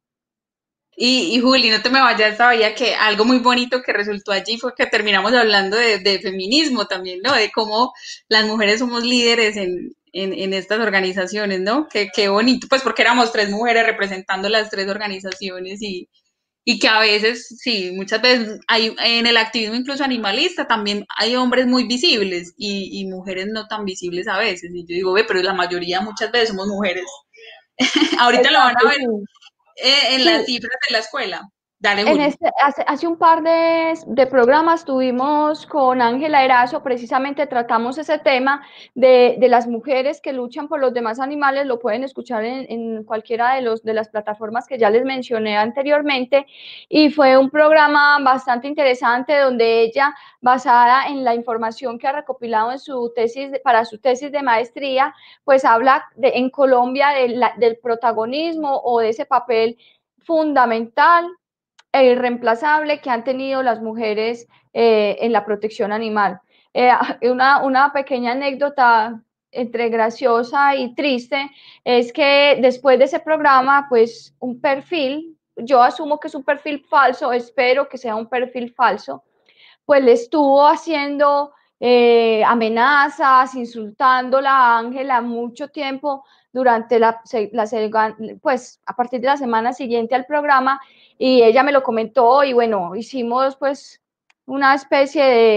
Y, y Juli, no te me vayas, sabía que algo muy bonito que resultó allí fue que terminamos hablando de, de feminismo también, ¿no? De cómo las mujeres somos líderes en, en, en estas organizaciones, ¿no? Qué, qué bonito, pues porque éramos tres mujeres representando las tres organizaciones, y, y que a veces, sí, muchas veces hay en el activismo incluso animalista también hay hombres muy visibles y, y mujeres no tan visibles a veces. Y yo digo, ve, pero la mayoría muchas veces somos mujeres. Ahorita lo van a ver eh, en Sí. las cifras de la escuela. Dale, En Juli. este, hace, hace un par de, de programas tuvimos con Ángela Erazo, precisamente tratamos ese tema de, de las mujeres que luchan por los demás animales. Lo pueden escuchar en, en cualquiera de, los, de las plataformas que ya les mencioné anteriormente, y fue un programa bastante interesante donde ella, basada en la información que ha recopilado en su tesis, para su tesis de maestría, pues habla de, en Colombia de la, del protagonismo o de ese papel fundamental e irreemplazable que han tenido las mujeres eh, en la protección animal. Eh, una, una pequeña anécdota entre graciosa y triste es que después de ese programa, pues un perfil, yo asumo que es un perfil falso, espero que sea un perfil falso, pues le estuvo haciendo eh, amenazas, insultándola a Ángela mucho tiempo durante la, la, pues a partir de la semana siguiente al programa, y ella me lo comentó y bueno, hicimos pues una especie de,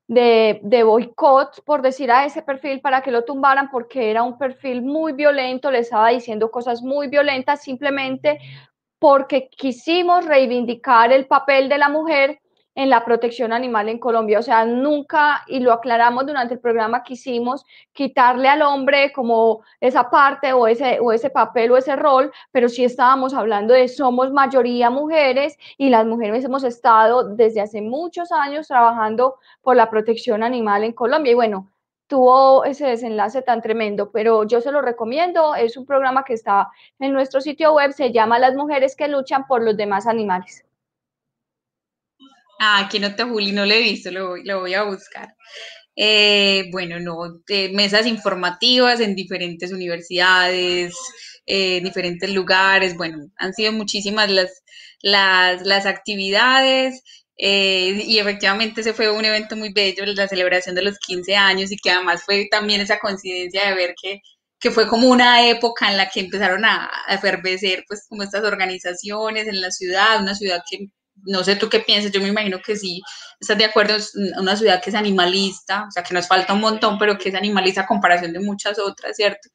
de, de boicot, por decir, a ese perfil para que lo tumbaran, porque era un perfil muy violento, le estaba diciendo cosas muy violentas, simplemente porque quisimos reivindicar el papel de la mujer en la protección animal en Colombia. O sea, nunca, y lo aclaramos durante el programa, quisimos quitarle al hombre como esa parte o ese, o ese papel o ese rol, pero sí estábamos hablando de somos mayoría mujeres y las mujeres hemos estado desde hace muchos años trabajando por la protección animal en Colombia. Y bueno, tuvo ese desenlace tan tremendo, pero yo se lo recomiendo, es un programa que está en nuestro sitio web, se llama Las mujeres que luchan por los demás animales. Ah, aquí no te, Juli, no lo he visto, lo, lo voy a buscar. Eh, bueno, no, eh, mesas informativas en diferentes universidades, eh, en diferentes lugares, bueno, han sido muchísimas las, las, las actividades. Eh, y efectivamente ese fue un evento muy bello, la celebración de los quince años, y que además fue también esa coincidencia de ver que, que fue como una época en la que empezaron a, a efervecer pues como estas organizaciones en la ciudad, una ciudad que no sé tú qué piensas, yo me imagino que sí estás de acuerdo, es una ciudad que es animalista, o sea que nos falta un montón, pero que es animalista a comparación de muchas otras, ¿cierto?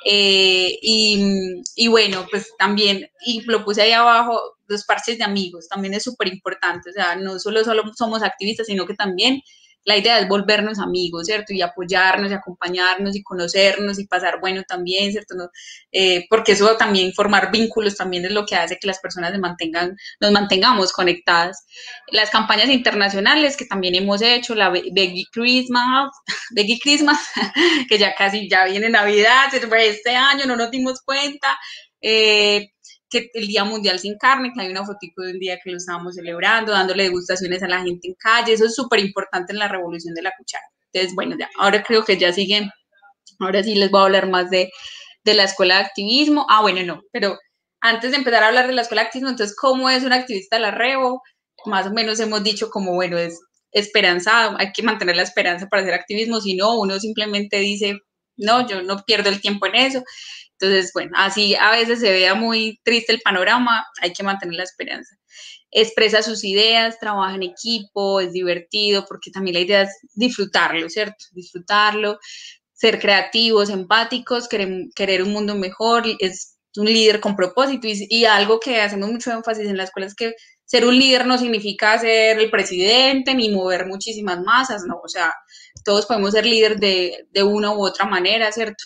Eh, y, y bueno, pues también, y lo puse ahí abajo, los parches de amigos, también es súper importante, o sea, no solo, solo somos activistas, sino que también la idea es volvernos amigos, ¿cierto? Y apoyarnos y acompañarnos y conocernos y pasar bueno también, ¿cierto? ¿No? Eh, porque eso también, formar vínculos también es lo que hace que las personas se mantengan, nos mantengamos conectadas. Las campañas internacionales que también hemos hecho, la Veggie Christmas, Veggie Christmas, que ya casi ya viene Navidad, se fue este año, no nos dimos cuenta, eh, que el Día Mundial Sin Carne, que hay una fotico de un día que lo estábamos celebrando, dándole degustaciones a la gente en calle, eso es súper importante en la revolución de la cuchara. Entonces, bueno, ya, ahora creo que ya siguen, ahora sí les voy a hablar más de, de la escuela de activismo. Ah, bueno, no, pero antes de empezar a hablar de la escuela de activismo, entonces, ¿cómo es una activista de la Revo? Más o menos hemos dicho como, bueno, es esperanza, hay que mantener la esperanza para hacer activismo, si no, uno simplemente dice, no, yo no pierdo el tiempo en eso. Entonces, bueno, así a veces se vea muy triste el panorama, hay que mantener la esperanza. Expresa sus ideas, trabaja en equipo, es divertido, porque también la idea es disfrutarlo, ¿cierto? Disfrutarlo, ser creativos, empáticos, querer, querer un mundo mejor, es un líder con propósito. Y, y algo que hacemos mucho énfasis en la escuela es que ser un líder no significa ser el presidente ni mover muchísimas masas, ¿no? O sea, todos podemos ser líder de, de una u otra manera, ¿cierto?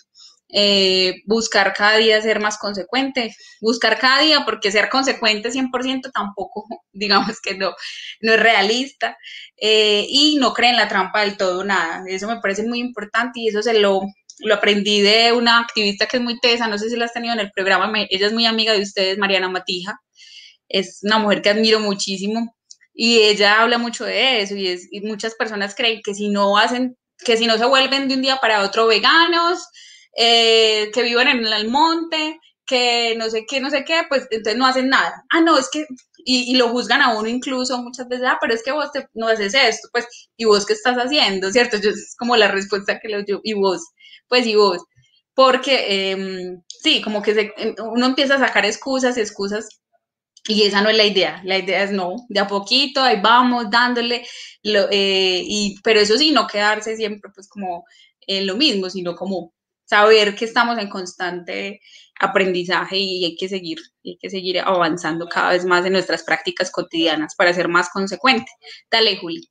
Eh, buscar cada día ser más consecuente, buscar cada día, porque ser consecuente cien por ciento tampoco, digamos que no, no es realista, eh, y no creen en la trampa del todo nada, eso me parece muy importante y eso se lo, lo aprendí de una activista que es muy tesa, no sé si la has tenido en el programa, me, ella es muy amiga de ustedes, Mariana Matija, es una mujer que admiro muchísimo y ella habla mucho de eso y, es, y muchas personas creen que si no hacen, que si no se vuelven de un día para otro veganos, Eh, que vivan en el monte, que no sé qué, no sé qué, pues entonces no hacen nada. Ah, no, es que, y, y lo juzgan a uno incluso muchas veces, ah, pero es que vos te, no haces esto, pues, ¿y vos qué estás haciendo? ¿Cierto? Yo, es como la respuesta que le doy, ¿y vos? Pues, ¿y vos? Porque, eh, sí, como que se, uno empieza a sacar excusas y excusas, y esa no es la idea, la idea es no, de a poquito, ahí vamos, dándole, lo, eh, y, pero eso sí, no quedarse siempre pues como en lo mismo, sino como saber que estamos en constante aprendizaje y hay que seguir, hay que seguir avanzando cada vez más en nuestras prácticas cotidianas para ser más consecuente. Dale, Juli.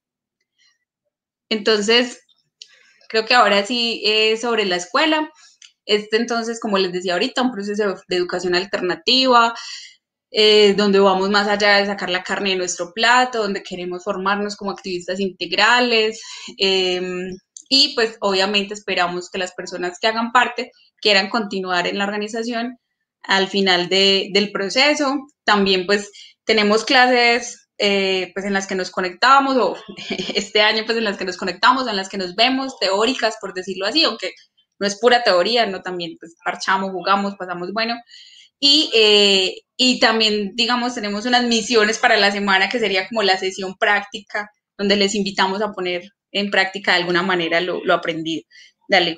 Entonces, creo que ahora sí eh, sobre la escuela. Este entonces, como les decía ahorita, un proceso de educación alternativa, eh, donde vamos más allá de sacar la carne de nuestro plato, donde queremos formarnos como activistas integrales, eh, y pues obviamente esperamos que las personas que hagan parte quieran continuar en la organización al final de, del proceso. También pues tenemos clases eh, pues en las que nos conectamos, o este año pues en las que nos conectamos, en las que nos vemos, teóricas por decirlo así, aunque no es pura teoría, ¿no? También pues parchamos, jugamos, pasamos bueno. Y, eh, y también, digamos, tenemos unas misiones para la semana que sería como la sesión práctica, donde les invitamos a poner en práctica de alguna manera lo, lo aprendido. Dale.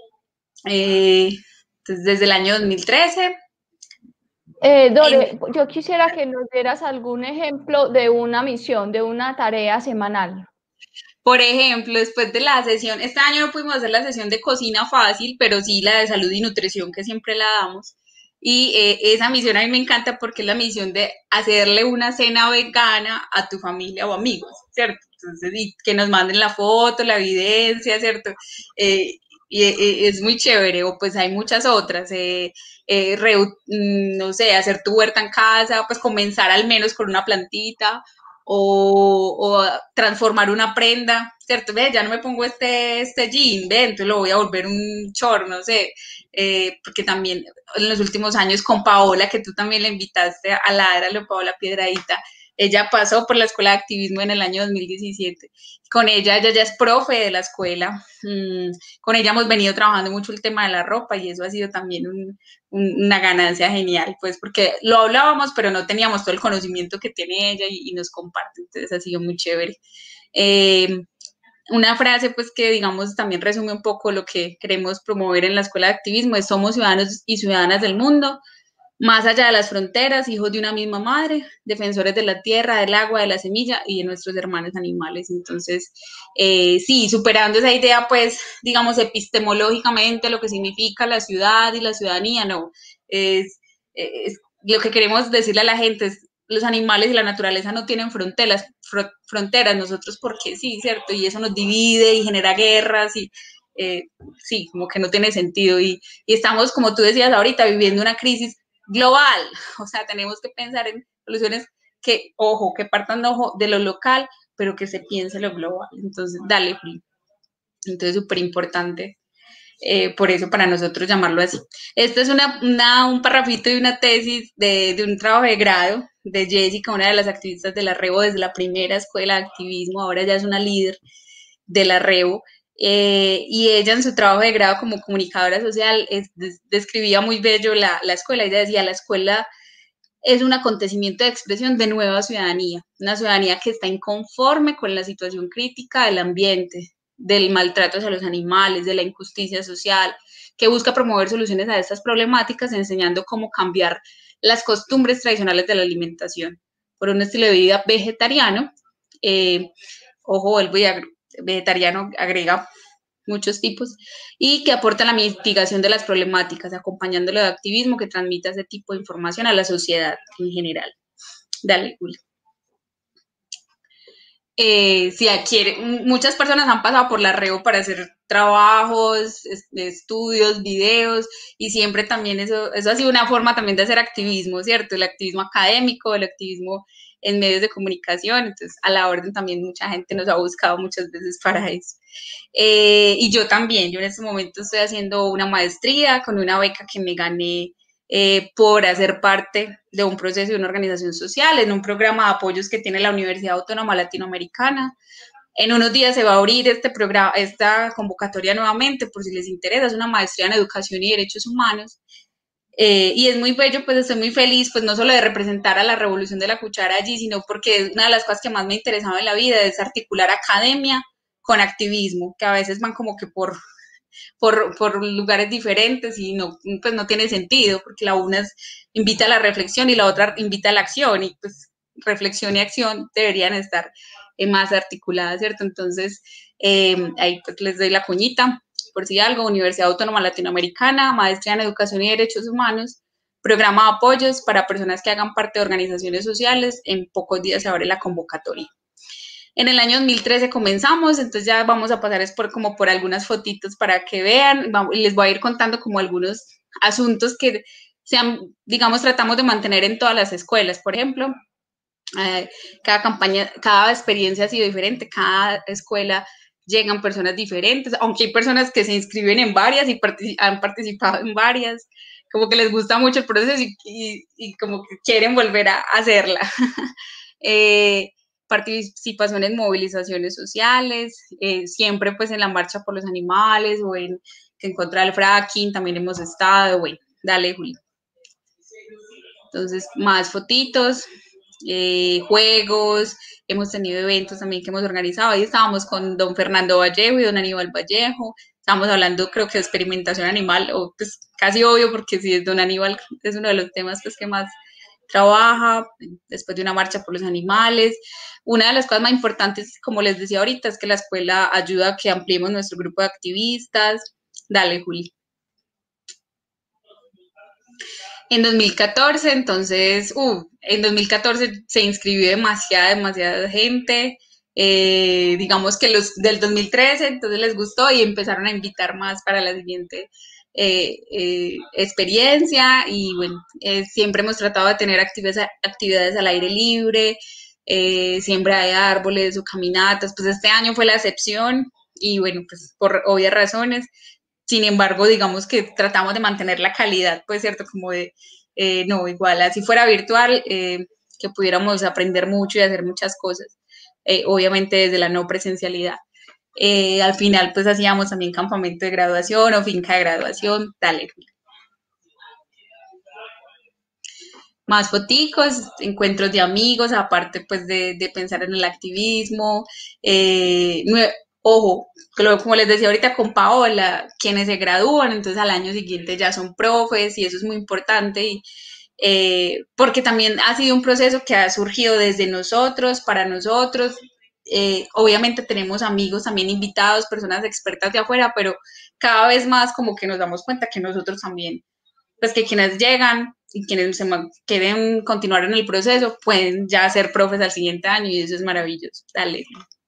Eh, entonces, desde el año dos mil trece. Eh, Dore, yo quisiera que nos dieras algún ejemplo de una misión, de una tarea semanal. Por ejemplo, después de la sesión, este año no pudimos hacer la sesión de cocina fácil, pero sí la de salud y nutrición que siempre la damos. Y eh, esa misión a mí me encanta porque es la misión de hacerle una cena vegana a tu familia o amigos, ¿cierto? Entonces, y que nos manden la foto, la evidencia, ¿cierto? Eh, y eh, es muy chévere, o pues hay muchas otras, eh, eh, reu- no sé, hacer tu huerta en casa, pues comenzar al menos con una plantita, o, o transformar una prenda, ¿cierto? Ve, ya no me pongo este, este jean, ve, entonces lo voy a volver un short, no sé, eh, porque también en los últimos años con Paola, que tú también le invitaste a Ladra, Paola Piedradita, ella pasó por la escuela de activismo en el año dos mil diecisiete. Con ella, ella ya es profe de la escuela. Mm, con ella hemos venido trabajando mucho el tema de la ropa y eso ha sido también un, un, una ganancia genial, pues porque lo hablábamos, pero no teníamos todo el conocimiento que tiene ella y, y nos comparte. Entonces ha sido muy chévere. Eh, una frase pues que digamos también resume un poco lo que queremos promover en la escuela de activismo es: somos ciudadanos y ciudadanas del mundo, más allá de las fronteras, hijos de una misma madre, defensores de la tierra, del agua, de la semilla y de nuestros hermanos animales. Entonces, eh, sí, superando esa idea, pues, digamos, epistemológicamente, lo que significa la ciudad y la ciudadanía, no, es, es lo que queremos decirle a la gente es: los animales y la naturaleza no tienen fronteras, fr fronteras, nosotros porque sí, ¿cierto? Y eso nos divide y genera guerras y eh, sí, como que no tiene sentido. Y, y estamos, como tú decías ahorita, viviendo una crisis global, o sea, tenemos que pensar en soluciones que, ojo, que partan ojo, de lo local, pero que se piense lo global. Entonces, dale, Juli. Entonces, súper importante, eh, por eso para nosotros llamarlo así. Esto es una, una, un parrafito de una tesis de, de un trabajo de grado de Jessica, una de las activistas de la REVO desde la primera escuela de activismo, ahora ya es una líder de la REVO. Eh, y ella en su trabajo de grado como comunicadora social es, des, describía muy bello la, la escuela. Ella decía: la escuela es un acontecimiento de expresión de nueva ciudadanía, una ciudadanía que está inconforme con la situación crítica del ambiente, del maltrato hacia los animales, de la injusticia social, que busca promover soluciones a estas problemáticas enseñando cómo cambiar las costumbres tradicionales de la alimentación por un estilo de vida vegetariano. Eh, ojo, vuelvo y agro, vegetariano agrega muchos tipos, y que aporta la mitigación de las problemáticas, acompañándolo de activismo que transmita ese tipo de información a la sociedad en general. Dale, Juli. Eh, si adquiere, muchas personas han pasado por la REVO para hacer trabajos, estudios, videos, y siempre también eso, eso ha sido una forma también de hacer activismo, ¿cierto? El activismo académico, el activismo en medios de comunicación. Entonces a la orden también mucha gente nos ha buscado muchas veces para eso. Eh, y yo también, yo en este momento estoy haciendo una maestría con una beca que me gané eh, por hacer parte de un proceso de una organización social en un programa de apoyos que tiene la Universidad Autónoma Latinoamericana. En unos días se va a abrir este programa, esta convocatoria nuevamente, por si les interesa. Es una maestría en educación y derechos humanos. Eh, y es muy bello, pues estoy muy feliz, pues no solo de representar a la Revolución de la Cuchara allí, sino porque es una de las cosas que más me interesaba en la vida, es articular academia con activismo, que a veces van como que por, por, por lugares diferentes y no, pues no tiene sentido, porque la una es, invita a la reflexión y la otra invita a la acción, y pues reflexión y acción deberían estar eh, más articuladas, ¿cierto? Entonces, eh, ahí pues les doy la cuñita, por si algo: Universidad Autónoma Latinoamericana, maestría en Educación y Derechos Humanos, programa de apoyos para personas que hagan parte de organizaciones sociales. En pocos días se abre la convocatoria. En el año dos mil trece comenzamos, entonces ya vamos a pasar es por, como por algunas fotitos para que vean, vamos, les voy a ir contando como algunos asuntos que sean, digamos, tratamos de mantener en todas las escuelas. Por ejemplo, eh, cada campaña, cada experiencia ha sido diferente, cada escuela llegan personas diferentes, aunque hay personas que se inscriben en varias y partic han participado en varias, como que les gusta mucho el proceso y, y, y como que quieren volver a hacerla. eh, participación en movilizaciones sociales, eh, siempre pues en la marcha por los animales o en, en contra del fracking, también hemos estado. Bueno, dale, Juli. Entonces, más fotitos, eh, juegos, hemos tenido eventos también que hemos organizado. Ahí estábamos con don Fernando Vallejo y don Aníbal Vallejo, estábamos hablando creo que de experimentación animal, o pues casi obvio porque sí, don Aníbal es uno de los temas pues que más trabaja, después de una marcha por los animales. Una de las cosas más importantes, como les decía ahorita, es que la escuela ayuda a que ampliemos nuestro grupo de activistas. Dale, Juli. En dos mil catorce, entonces, uh, en dos mil catorce se inscribió demasiada, demasiada gente. Eh, digamos que los del dos mil trece, entonces les gustó y empezaron a invitar más para la siguiente eh, eh, experiencia. Y bueno, eh, siempre hemos tratado de tener actividades, actividades al aire libre, eh, siembra de árboles o caminatas. Pues este año fue la excepción y bueno, pues por obvias razones. Sin embargo, digamos que tratamos de mantener la calidad, pues cierto, como de, eh, no, igual, así fuera virtual, eh, que pudiéramos aprender mucho y hacer muchas cosas, eh, obviamente desde la no presencialidad. Eh, al final, pues hacíamos también campamento de graduación o finca de graduación, dale. Más foticos, encuentros de amigos, aparte pues de, de pensar en el activismo, eh, ojo, como les decía ahorita con Paola, quienes se gradúan, entonces al año siguiente ya son profes y eso es muy importante y, eh, porque también ha sido un proceso que ha surgido desde nosotros, para nosotros. Eh, obviamente tenemos amigos también invitados, personas expertas de afuera, pero cada vez más como que nos damos cuenta que nosotros también, pues que quienes llegan y quienes se quieren continuar en el proceso pueden ya ser profes al siguiente año y eso es maravilloso. Dale.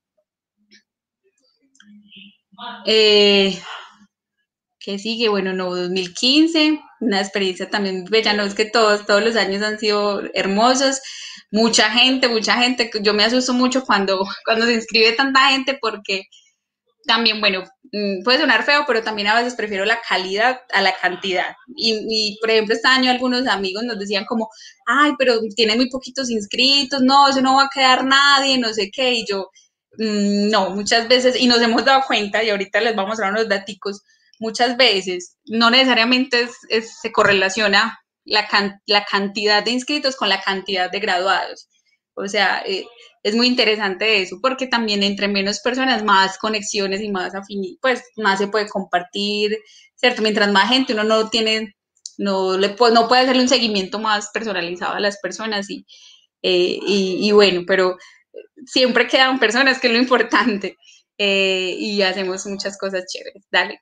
Eh, ¿Qué sigue? Bueno, no, dos mil quince, una experiencia también bella, no es que todos, todos los años han sido hermosos, mucha gente, mucha gente, yo me asusto mucho cuando, cuando se inscribe tanta gente porque también, bueno, puede sonar feo, pero también a veces prefiero la calidad a la cantidad. Y, y por ejemplo, este año algunos amigos nos decían como, ay, pero tienen muy poquitos inscritos, no, eso no va a quedar nadie, no sé qué, y yo, mmm, no, muchas veces, y nos hemos dado cuenta, y ahorita les vamos a dar unos daticos, muchas veces no necesariamente es, es, se correlaciona la, can, la cantidad de inscritos con la cantidad de graduados. O sea, eh, es muy interesante eso, porque también entre menos personas, más conexiones y más afinidad, pues más se puede compartir, ¿cierto? Mientras más gente uno no tiene, no, le, pues, no puede hacerle un seguimiento más personalizado a las personas y, eh, y, y bueno, pero siempre quedan personas, que es lo importante, eh, y hacemos muchas cosas chéveres. Dale.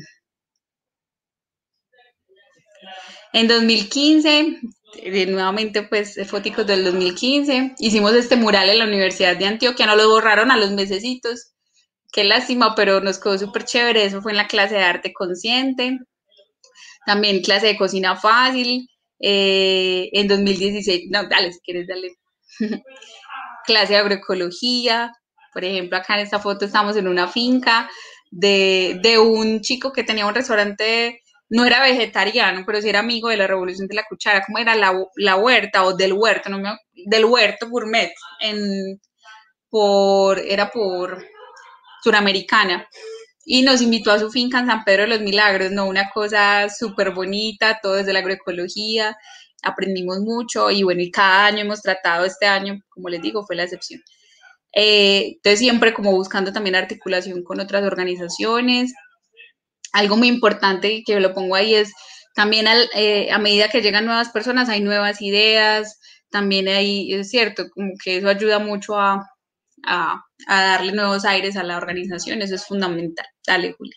En dos mil quince, de nuevamente pues foticos del dos mil quince, hicimos este mural en la Universidad de Antioquia, no lo borraron a los mesecitos, qué lástima, pero nos quedó súper chévere, eso fue en la clase de arte consciente, también clase de cocina fácil, eh, en dos mil dieciséis, no, dale, si quieres, dale, clase de agroecología, por ejemplo, acá en esta foto estamos en una finca de, de un chico que tenía un restaurante. No era vegetariano, pero sí era amigo de la Revolución de la Cuchara. ¿Cómo era? La, la huerta o del huerto, no me, del huerto gourmet, en, por, era por Suramericana. Y nos invitó a su finca en San Pedro de los Milagros, ¿no? Una cosa súper bonita, todo desde la agroecología, aprendimos mucho y bueno, y cada año hemos tratado, este año, como les digo, fue la excepción. Eh, entonces siempre como buscando también articulación con otras organizaciones. Algo muy importante que lo pongo ahí es también al, eh, a medida que llegan nuevas personas hay nuevas ideas, también hay, es cierto, como que eso ayuda mucho a, a, a darle nuevos aires a la organización, eso es fundamental. Dale, Julia.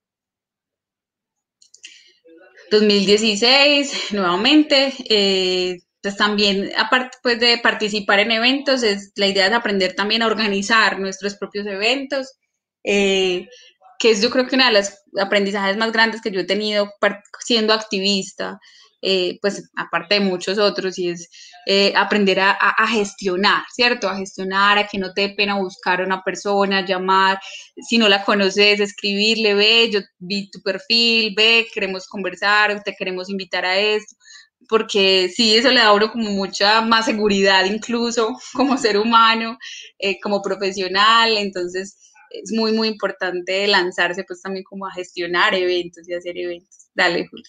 dos mil dieciséis, nuevamente, eh, pues también, aparte pues de participar en eventos, es, la idea es aprender también a organizar nuestros propios eventos, eh, que es yo creo que una de las aprendizajes más grandes que yo he tenido siendo activista, eh, pues aparte de muchos otros, y es eh, aprender a, a, a gestionar, ¿cierto? A gestionar, a que no te dé pena buscar a una persona, llamar, si no la conoces, escribirle, ve, yo vi tu perfil, ve, queremos conversar, te queremos invitar a esto, porque sí, eso le da a uno como mucha más seguridad incluso como ser humano, eh, como profesional, entonces es muy, muy importante lanzarse pues también como a gestionar eventos y hacer eventos. Dale, Juli.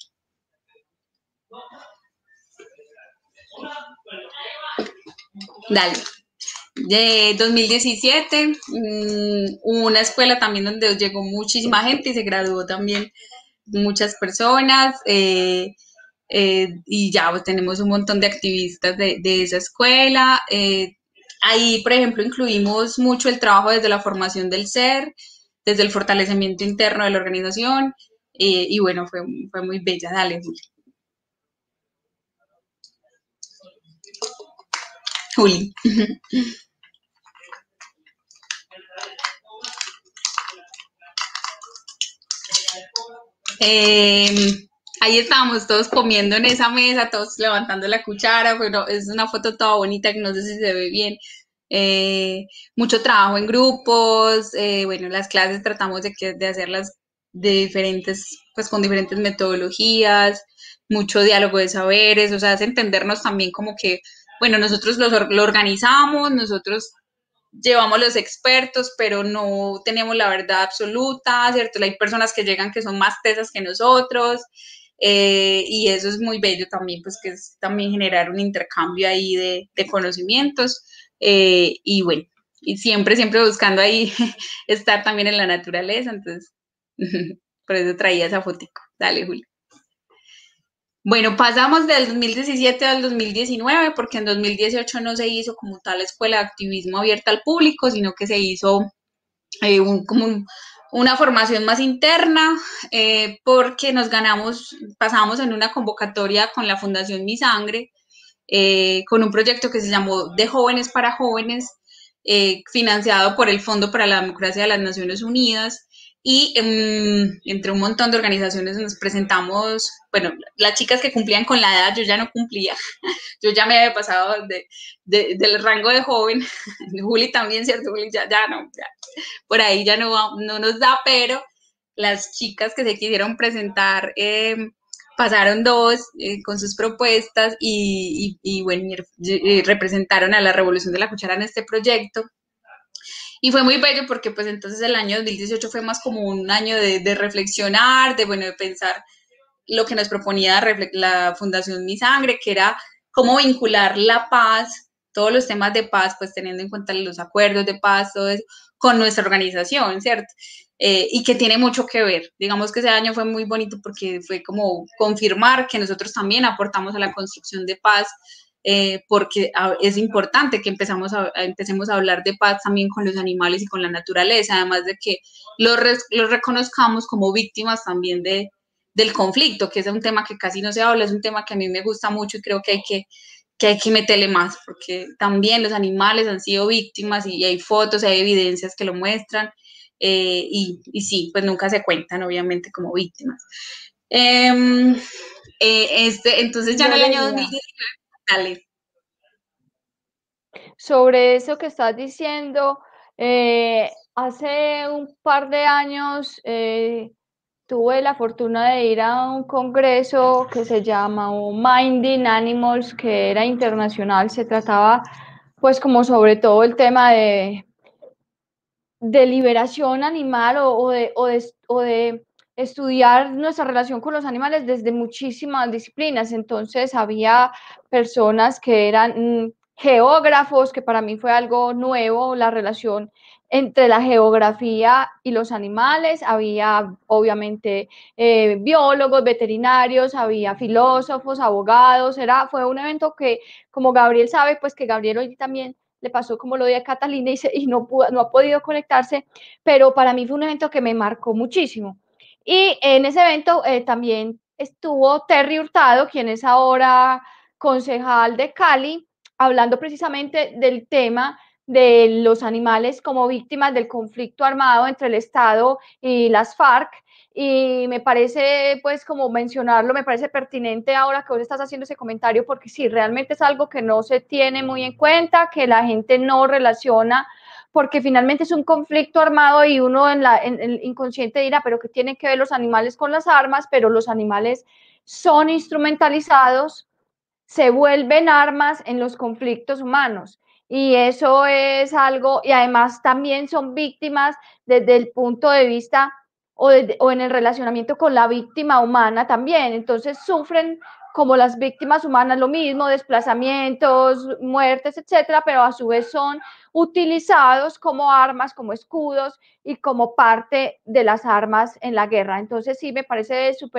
Dale. De dos mil diecisiete, mmm, hubo una escuela también donde llegó muchísima gente y se graduó también muchas personas. Eh, eh, y ya pues, tenemos un montón de activistas de, de esa escuela. Eh, ahí, por ejemplo, incluimos mucho el trabajo desde la formación del ser, desde el fortalecimiento interno de la organización, eh, y bueno, fue, fue muy bella. Dale, Juli. Juli. Eh, ahí estábamos todos comiendo en esa mesa, todos levantando la cuchara. Bueno, es una foto toda bonita que no sé si se ve bien. Eh, mucho trabajo en grupos. Eh, bueno, las clases tratamos de, que, de hacerlas de diferentes, pues con diferentes metodologías, mucho diálogo de saberes, o sea, es entendernos también como que, bueno, nosotros los, lo organizamos, nosotros llevamos los expertos, pero no tenemos la verdad absoluta, ¿cierto? Hay personas que llegan que son más tesas que nosotros, eh, y eso es muy bello también, pues que es también generar un intercambio ahí de, de conocimientos, eh, y bueno, y siempre, siempre buscando ahí estar también en la naturaleza, entonces, por eso traía esa fotico. Dale, Julio. Bueno, pasamos del dos mil diecisiete al dos mil diecinueve, porque en dos mil dieciocho no se hizo como tal escuela de activismo abierta al público, sino que se hizo eh, un, como un, una formación más interna, eh, porque nos ganamos, pasamos en una convocatoria con la Fundación Mi Sangre, eh, con un proyecto que se llamó De Jóvenes para Jóvenes, eh, financiado por el Fondo para la Democracia de las Naciones Unidas. Y um, entre un montón de organizaciones nos presentamos, bueno, las chicas que cumplían con la edad, yo ya no cumplía, yo ya me había pasado de, de, del rango de joven, Juli también, ¿cierto? Juli ya, ya no, ya, por ahí ya no, no nos da, pero las chicas que se quisieron presentar, eh, pasaron dos eh, con sus propuestas y, y, y bueno, y representaron a la Revolución de la Cuchara en este proyecto. Y fue muy bello porque pues entonces el año dos mil dieciocho fue más como un año de, de reflexionar, de bueno, de pensar lo que nos proponía la Fundación Mi Sangre, que era cómo vincular la paz, todos los temas de paz, pues teniendo en cuenta los acuerdos de paz, todo eso, con nuestra organización, ¿cierto? Eh, y que tiene mucho que ver. Digamos que ese año fue muy bonito porque fue como confirmar que nosotros también aportamos a la construcción de paz, Eh, porque es importante que empezamos a, a, empecemos a hablar de paz también con los animales y con la naturaleza, además de que los, los reconozcamos como víctimas también de, del conflicto, que es un tema que casi no se habla, es un tema que a mí me gusta mucho y creo que hay que, que, hay que meterle más, porque también los animales han sido víctimas y hay fotos, hay evidencias que lo muestran, eh, y, y sí, pues nunca se cuentan obviamente como víctimas. Eh, eh, este, entonces ya en el año dos mil diecinueve, dale. Sobre eso que estás diciendo, eh, hace un par de años eh, tuve la fortuna de ir a un congreso que se llama Minding Animals, que era internacional. Se trataba pues como sobre todo el tema de, de liberación animal o, o, de, o, de, o de estudiar nuestra relación con los animales desde muchísimas disciplinas. Entonces había personas que eran mmm, geógrafos, que para mí fue algo nuevo, la relación entre la geografía y los animales. Había obviamente eh, biólogos, veterinarios, había filósofos, abogados. Era, fue un evento que, como Gabriel sabe, pues que Gabriel hoy también le pasó como lo de Catalina y, se, y no, pudo, no ha podido conectarse, pero para mí fue un evento que me marcó muchísimo. Y en ese evento eh, también estuvo Terry Hurtado, quien es ahora concejal de Cali, hablando precisamente del tema de los animales como víctimas del conflicto armado entre el Estado y las FARC. Y me parece, pues, como mencionarlo, me parece pertinente ahora que vos estás haciendo ese comentario, porque sí, realmente es algo que no se tiene muy en cuenta, que la gente no relaciona, porque finalmente es un conflicto armado y uno en, la, en el inconsciente dirá, pero ¿qué tienen que ver los animales con las armas? Pero los animales son instrumentalizados, se vuelven armas en los conflictos humanos. Y eso es algo, y además también son víctimas desde el punto de vista o, de, o en el relacionamiento con la víctima humana también. Entonces sufren como las víctimas humanas lo mismo, desplazamientos, muertes, etcétera, pero a su vez son utilizados como armas, como escudos y como parte de las armas en la guerra. Entonces sí, me parece súper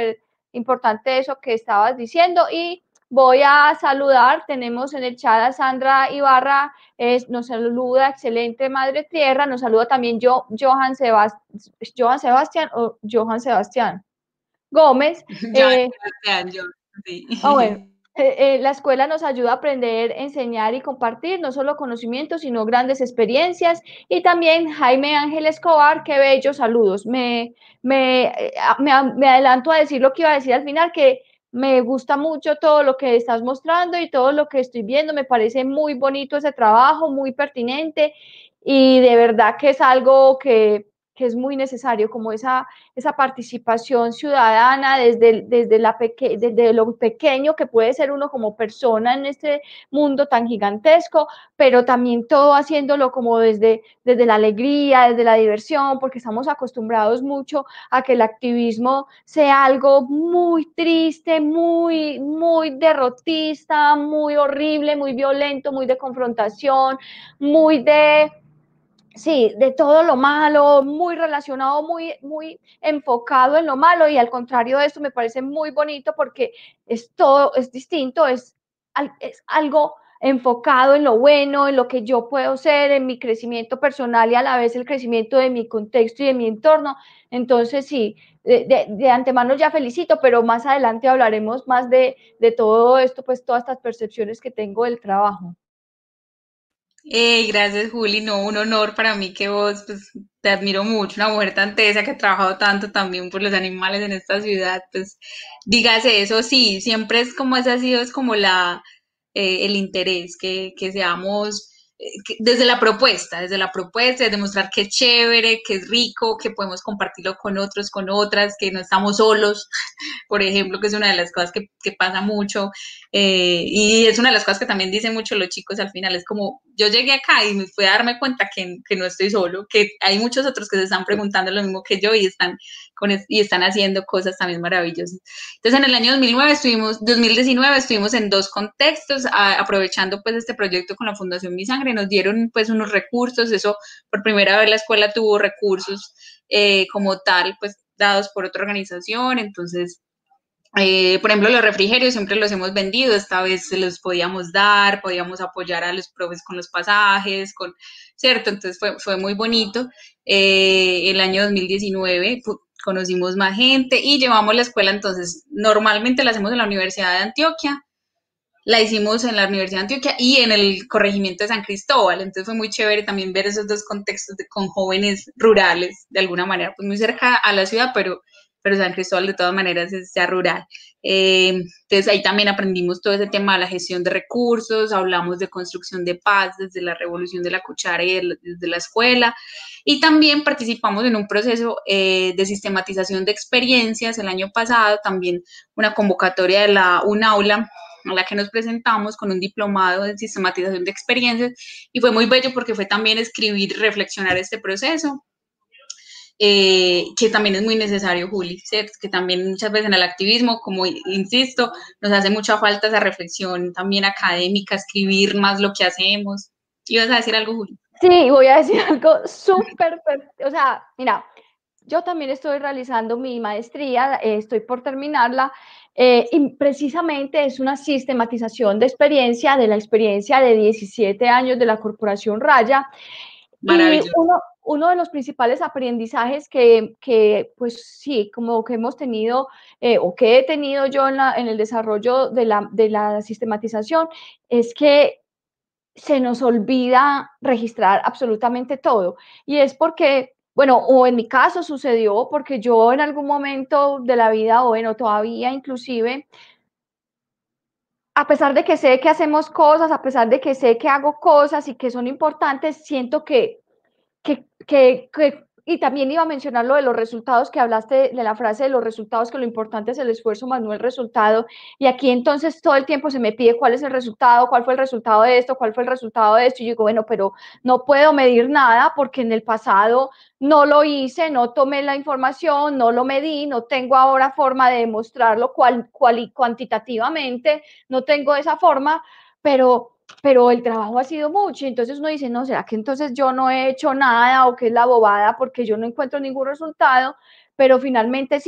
importante eso que estabas diciendo. Y voy a saludar, tenemos en el chat a Sandra Ibarra, es, nos saluda, excelente Madre Tierra, nos saluda también yo, Johan, Sebast Johan Sebastián o Johan Sebastián Gómez. Eh, Sebastián, yo, sí. Ah, bueno. Eh, eh, la escuela nos ayuda a aprender, enseñar y compartir, no solo conocimientos, sino grandes experiencias. Y también Jaime Ángel Escobar, qué bellos saludos. Me, me, eh, me, me adelanto a decir lo que iba a decir al final, que me gusta mucho todo lo que estás mostrando y todo lo que estoy viendo. Me parece muy bonito ese trabajo, muy pertinente y de verdad que es algo que, que es muy necesario, como esa, esa participación ciudadana desde, desde, la peque, desde lo pequeño que puede ser uno como persona en este mundo tan gigantesco, pero también todo haciéndolo como desde, desde la alegría, desde la diversión, porque estamos acostumbrados mucho a que el activismo sea algo muy triste, muy, muy derrotista, muy horrible, muy violento, muy de confrontación, muy de... Sí, de todo lo malo, muy relacionado, muy, muy enfocado en lo malo, y al contrario de esto me parece muy bonito porque es todo, es distinto, es, es algo enfocado en lo bueno, en lo que yo puedo ser, en mi crecimiento personal y a la vez el crecimiento de mi contexto y de mi entorno. Entonces sí, de, de, de antemano ya felicito, pero más adelante hablaremos más de, de todo esto, pues todas estas percepciones que tengo del trabajo. Hey, gracias, Juli. No, un honor para mí que vos, pues, te admiro mucho, una mujer tan tesa que ha trabajado tanto también por los animales en esta ciudad, pues, dígase eso, sí, siempre es como ese ha sido, es como la, eh, el interés, que, que seamos, eh, que desde la propuesta, desde la propuesta, de demostrar que es chévere, que es rico, que podemos compartirlo con otros, con otras, que no estamos solos, por ejemplo, que es una de las cosas que, que pasa mucho, eh, y es una de las cosas que también dicen mucho los chicos al final, es como, yo llegué acá y me fui a darme cuenta que, que no estoy solo, que hay muchos otros que se están preguntando lo mismo que yo y están, con, y están haciendo cosas también maravillosas. Entonces, en el año dos mil nueve estuvimos, dos mil diecinueve estuvimos en dos contextos, a, aprovechando pues este proyecto con la Fundación Mi Sangre, nos dieron pues unos recursos, eso por primera vez la escuela tuvo recursos eh, como tal, pues dados por otra organización, entonces Eh, por ejemplo, los refrigerios siempre los hemos vendido, esta vez se los podíamos dar, podíamos apoyar a los profes con los pasajes, con, ¿cierto? Entonces fue, fue muy bonito. Eh, el año dos mil diecinueve conocimos más gente y llevamos la escuela, entonces normalmente la hacemos en la Universidad de Antioquia, la hicimos en la Universidad de Antioquia y en el corregimiento de San Cristóbal, entonces fue muy chévere también ver esos dos contextos de, con jóvenes rurales, de alguna manera, pues muy cerca a la ciudad, pero pero San Cristóbal de todas maneras es ya rural. Eh, entonces ahí también aprendimos todo ese tema de la gestión de recursos, hablamos de construcción de paz desde la revolución de la cuchara y de, desde la escuela, y también participamos en un proceso eh, de sistematización de experiencias el año pasado, también una convocatoria de la un aula a la que nos presentamos con un diplomado en sistematización de experiencias, y fue muy bello porque fue también escribir y reflexionar este proceso. Eh, que también es muy necesario, Juli, ¿cierto? Que también muchas veces en el activismo, como insisto, nos hace mucha falta esa reflexión también académica, escribir más lo que hacemos. ¿Ibas a decir algo, Juli? Sí, voy a decir algo súper, o sea, mira, yo también estoy realizando mi maestría, eh, estoy por terminarla, eh, y precisamente es una sistematización de experiencia, de la experiencia de diecisiete años de la Corporación Raya. Y uno, uno de los principales aprendizajes que, que, pues sí, como que hemos tenido eh, o que he tenido yo en, la, en el desarrollo de la, de la sistematización es que se nos olvida registrar absolutamente todo. Y es porque, bueno, o en mi caso sucedió porque yo en algún momento de la vida, o bueno, todavía inclusive, a pesar de que sé que hacemos cosas, a pesar de que sé que hago cosas y que son importantes, siento que, que, que, que y también iba a mencionar lo de los resultados, que hablaste de la frase de los resultados, que lo importante es el esfuerzo más no el resultado, y aquí entonces todo el tiempo se me pide cuál es el resultado, cuál fue el resultado de esto, cuál fue el resultado de esto, y yo digo, bueno, pero no puedo medir nada porque en el pasado no lo hice, no tomé la información, no lo medí, no tengo ahora forma de demostrarlo cual, cual, cuantitativamente, no tengo esa forma, pero... pero el trabajo ha sido mucho, entonces uno dice, no, ¿será que entonces yo no he hecho nada o que es la bobada porque yo no encuentro ningún resultado? Pero finalmente sí,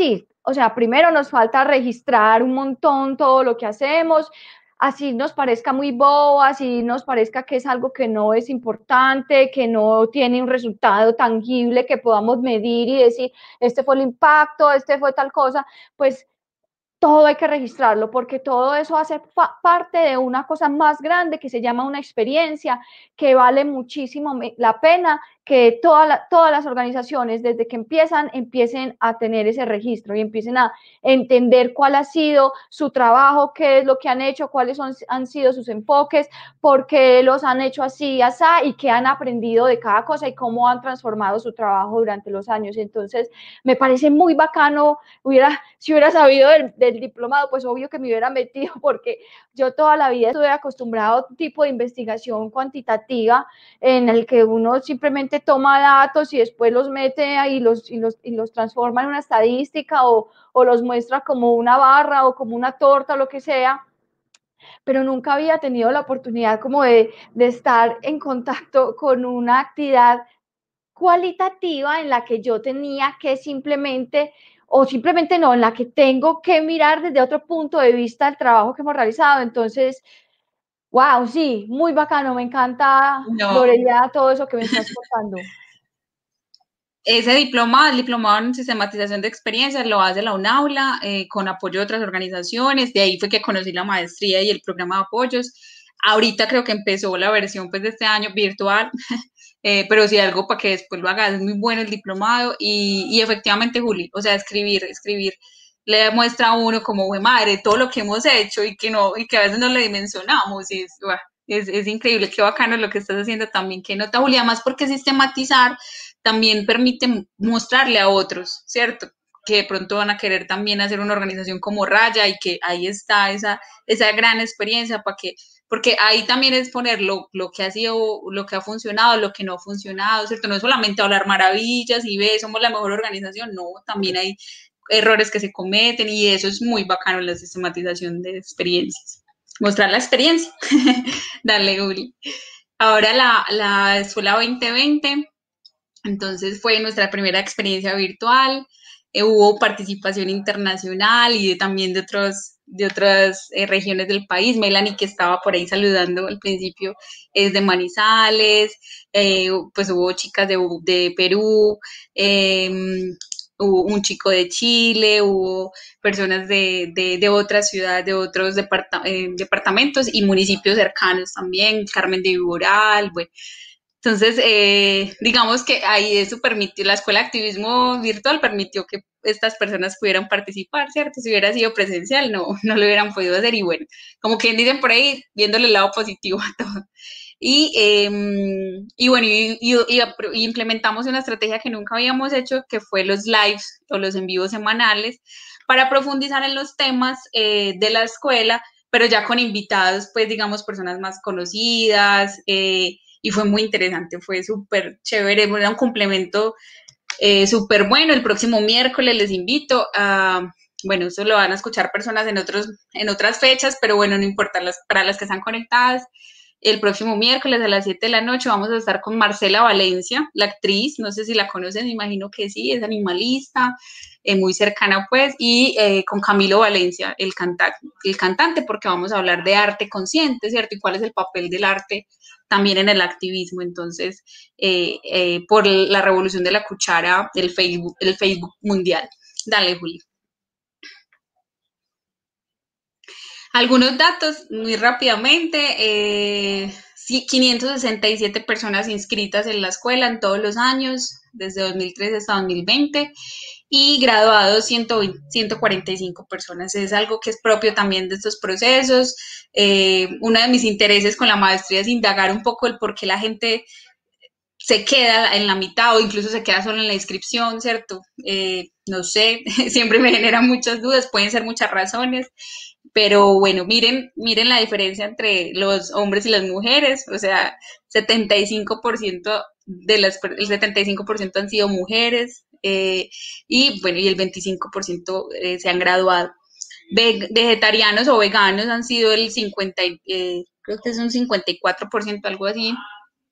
o sea, primero nos falta registrar un montón todo lo que hacemos, así nos parezca muy bobo, así nos parezca que es algo que no es importante, que no tiene un resultado tangible que podamos medir y decir, este fue el impacto, este fue tal cosa, pues todo hay que registrarlo, porque todo eso hace parte de una cosa más grande que se llama una experiencia, que vale muchísimo la pena que toda la, todas las organizaciones, desde que empiezan, empiecen a tener ese registro y empiecen a entender cuál ha sido su trabajo, qué es lo que han hecho, cuáles son, han sido sus enfoques, por qué los han hecho así, así, y qué han aprendido de cada cosa y cómo han transformado su trabajo durante los años. Entonces, me parece muy bacano, hubiera, si hubiera sabido del, del diplomado, pues obvio que me hubiera metido, porque yo toda la vida estuve acostumbrado a otro tipo de investigación cuantitativa en el que uno simplemente toma datos y después los mete y los, y los, y los transforma en una estadística o, o los muestra como una barra o como una torta o lo que sea, pero nunca había tenido la oportunidad como de, de estar en contacto con una actividad cualitativa en la que yo tenía que simplemente, o simplemente no, en la que tengo que mirar desde otro punto de vista el trabajo que hemos realizado. Entonces, wow, sí, muy bacano, me encanta, No. Lorelia, todo eso que me estás contando. Ese diploma, el diplomado en sistematización de experiencias, lo hace la UNAULA eh, con apoyo de otras organizaciones. De ahí fue que conocí la maestría y el programa de apoyos. Ahorita creo que empezó la versión pues, de este año virtual, eh, pero si algo para que después lo hagas, es muy bueno el diplomado. Y, y efectivamente, Juli, o sea, escribir, escribir le muestra a uno como, güey, madre, todo lo que hemos hecho y que, no, y que a veces no le dimensionamos. Y es, bueno, es, es increíble, qué bacano lo que estás haciendo también. Qué nota, Juli, además porque sistematizar también permite mostrarle a otros, ¿cierto? Que de pronto van a querer también hacer una organización como Raya y que ahí está esa, esa gran experiencia para que, porque ahí también es poner lo, lo que ha sido, lo que ha funcionado, lo que no ha funcionado, ¿cierto? No es solamente hablar maravillas y ve, somos la mejor organización, no, también hay errores que se cometen y eso es muy bacano en la sistematización de experiencias. Mostrar la experiencia. Dale, Uri. Ahora la, la Escuela veinte veinte. Entonces fue nuestra primera experiencia virtual, eh, hubo participación internacional y de, también de, otros, de otras eh, regiones del país. Melanie, que estaba por ahí saludando al principio, es de Manizales, eh, pues hubo chicas de, de Perú, eh, hubo un chico de Chile, hubo personas de, de, de otras ciudades, de otros departa, eh, departamentos y municipios cercanos también, Carmen de Viboral, bueno. Entonces, eh, digamos que ahí eso permitió, la Escuela de Activismo Virtual permitió que estas personas pudieran participar, ¿cierto? Si hubiera sido presencial, no, no lo hubieran podido hacer y bueno, como quien dicen por ahí, viéndole el lado positivo a todo. Y, eh, y bueno, y, y, y implementamos una estrategia que nunca habíamos hecho, que fue los lives o los en vivos semanales, para profundizar en los temas eh, de la escuela, pero ya con invitados, pues digamos, personas más conocidas, eh, y fue muy interesante, fue súper chévere, era un complemento eh, súper bueno. El próximo miércoles les invito a, bueno, eso lo van a escuchar personas en, otros, en otras fechas, pero bueno, no importa, las, para las que están conectadas, el próximo miércoles a las siete de la noche vamos a estar con Marcela Valencia, la actriz, no sé si la conocen, me imagino que sí, es animalista, eh, muy cercana pues, y eh, con Camilo Valencia, el, canta el cantante, porque vamos a hablar de arte consciente, ¿cierto? Y cuál es el papel del arte también en el activismo. Entonces, eh, eh, por la revolución de la cuchara, el Facebook, el Facebook mundial. Dale, Juli. Algunos datos muy rápidamente. Eh, quinientas sesenta y siete personas inscritas en la escuela en todos los años, desde dos mil trece hasta dos mil veinte. Y graduados ciento cuarenta y cinco personas. Es algo que es propio también de estos procesos. Eh, uno de mis intereses con la maestría es indagar un poco el por qué la gente se queda en la mitad o incluso se queda solo en la inscripción, ¿cierto? Eh, no sé, siempre me generan muchas dudas, pueden ser muchas razones, pero bueno, miren, miren la diferencia entre los hombres y las mujeres, o sea, setenta y cinco por ciento de las, el setenta y cinco por ciento han sido mujeres, eh, y bueno, y el veinticinco por ciento eh, se han graduado. Ve, vegetarianos o veganos han sido el cincuenta, eh, creo que es un cincuenta y cuatro por ciento, algo así.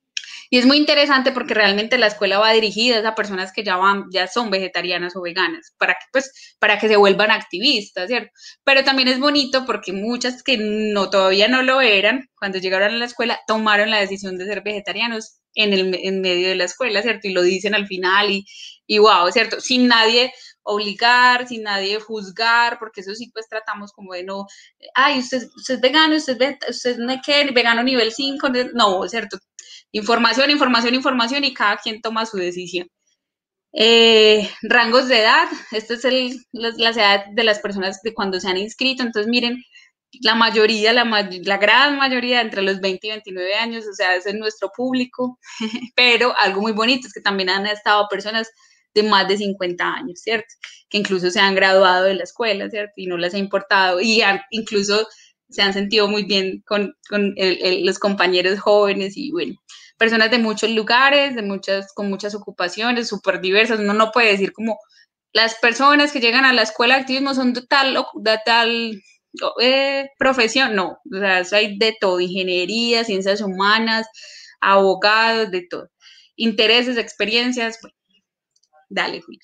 Y es muy interesante porque realmente la escuela va dirigida a personas que ya van, ya son vegetarianas o veganas, para que, pues, para que se vuelvan activistas, ¿cierto? Pero también es bonito porque muchas que no, todavía no lo eran, cuando llegaron a la escuela, tomaron la decisión de ser vegetarianos en el en medio de la escuela, ¿cierto? Y lo dicen al final y, y wow, ¿cierto? Sin nadie obligar, sin nadie juzgar, porque eso sí, pues tratamos como de no, ay, usted, usted es vegano, usted es, usted es ¿qué? Vegano nivel cinco, no, ¿cierto? Información, información, información y cada quien toma su decisión. Eh, rangos de edad, esta es el, las, las edades de las personas de cuando se han inscrito, entonces miren, la mayoría, la, la gran mayoría entre los veinte y veintinueve años, o sea, ese es nuestro público, pero algo muy bonito es que también han estado personas de más de cincuenta años, ¿cierto? Que incluso se han graduado de la escuela, ¿cierto? Y no les ha importado, y han, incluso se han sentido muy bien con, con el, el, los compañeros jóvenes y bueno, personas de muchos lugares, de muchas, con muchas ocupaciones, súper diversas. Uno no puede decir como las personas que llegan a la escuela de activismo son de tal, de tal eh, profesión, no, o sea, eso hay de todo, ingeniería, ciencias humanas, abogados, de todo. Intereses, experiencias, bueno, dale, Julio.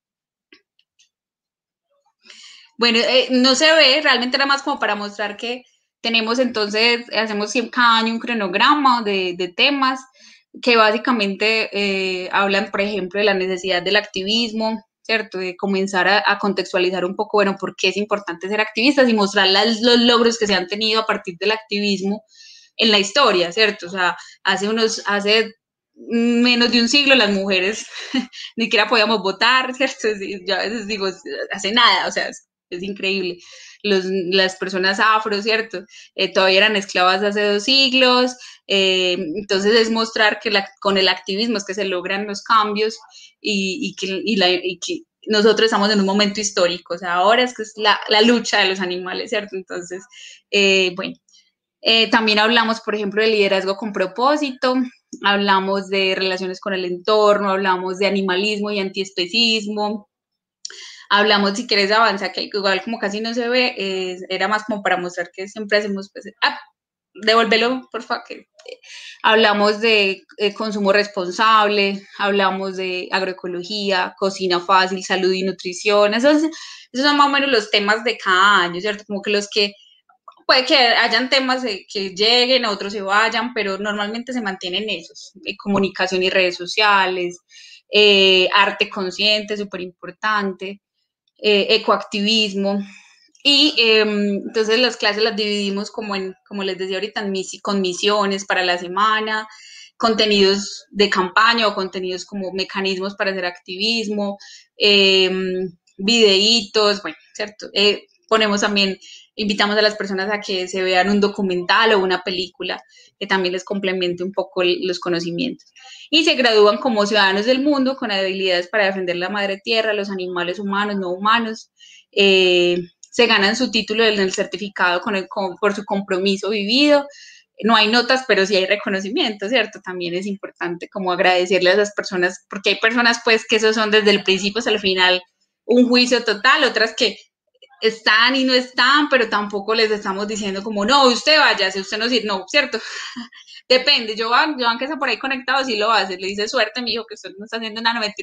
Bueno, eh, no se ve, realmente era más como para mostrar que tenemos entonces, hacemos cada año un cronograma de, de temas que básicamente eh, hablan, por ejemplo, de la necesidad del activismo, ¿cierto? De comenzar a, a contextualizar un poco, bueno, por qué es importante ser activistas y mostrar las, los logros que se han tenido a partir del activismo en la historia, ¿cierto? O sea, hace unos, hace menos de un siglo las mujeres ni siquiera podíamos votar, ¿cierto? Yo a veces digo, hace nada, o sea, es, es increíble. Los, las personas afro, ¿cierto? Eh, todavía eran esclavas hace dos siglos, eh, entonces es mostrar que la, con el activismo es que se logran los cambios y, y, que, y, la, y que nosotros estamos en un momento histórico, o sea, ahora es que es la, la lucha de los animales, ¿cierto? Entonces, eh, bueno, eh, también hablamos, por ejemplo, de liderazgo con propósito, hablamos de relaciones con el entorno, hablamos de animalismo y antiespecismo, hablamos, si quieres avanzar, que igual como casi no se ve, eh, era más como para mostrar que siempre hacemos, pues, ah, devuélvelo, por favor, que eh, hablamos de eh, consumo responsable, hablamos de agroecología, cocina fácil, salud y nutrición, esos, esos son más o menos los temas de cada año, ¿cierto? Como que los que, puede que hayan temas de, que lleguen, otros se vayan, pero normalmente se mantienen esos, eh, comunicación y redes sociales, eh, arte consciente, súper importante, eh, ecoactivismo, y eh, entonces las clases las dividimos como en, como les decía ahorita, en mis, con misiones para la semana, contenidos de campaña o contenidos como mecanismos para hacer activismo, eh, videitos, bueno, ¿cierto? Eh, ponemos también, invitamos a las personas a que se vean un documental o una película que también les complemente un poco los conocimientos. Y se gradúan como ciudadanos del mundo con habilidades para defender la madre tierra, los animales humanos, no humanos. Eh, se ganan su título en el certificado con el, con, por su compromiso vivido. No hay notas, pero sí hay reconocimiento, ¿cierto? También es importante como agradecerle a esas personas, porque hay personas pues que esos son desde el principio hasta el final un juicio total, otras que están y no están, pero tampoco les estamos diciendo como, no, usted vaya, si usted no sirve, no, ¿cierto? Depende, Joan, Joan que está por ahí conectado, sí lo hace, le dice suerte, mi hijo, que usted no está haciendo nada, no mentira.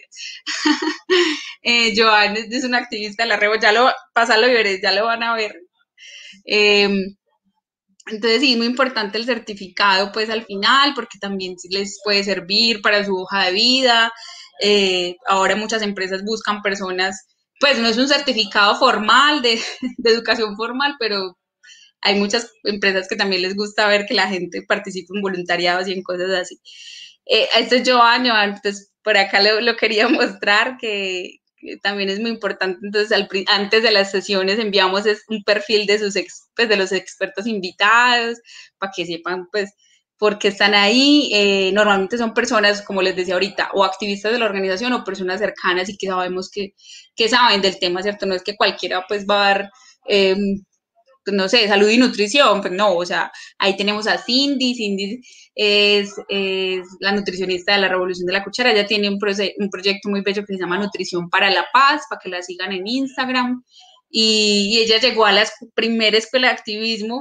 eh, Joan es, es un activista de la Rebo, ya lo, pasalo y veré, ya lo van a ver. Eh, entonces sí, es muy importante el certificado, pues al final, porque también les puede servir para su hoja de vida. Eh, ahora muchas empresas buscan personas, pues no es un certificado formal de, de educación formal, pero hay muchas empresas que también les gusta ver que la gente participe en voluntariados y en cosas así. Eh, este es Joan, Joan, pues por acá lo, lo quería mostrar, que, que también es muy importante. Entonces, al, antes de las sesiones enviamos un perfil de, sus ex, pues, de los expertos invitados, para que sepan, pues, por qué están ahí. Eh, normalmente son personas, como les decía ahorita, o activistas de la organización o personas cercanas y que sabemos que, que saben del tema, ¿cierto? No es que cualquiera, pues, va a dar... Eh, no sé, salud y nutrición, pues no, o sea, ahí tenemos a Cindy, Cindy es, es la nutricionista de la Revolución de la Cuchara, ella tiene un, proye un proyecto muy bello que se llama Nutrición para la Paz, para que la sigan en Instagram, y, y ella llegó a la primera escuela de activismo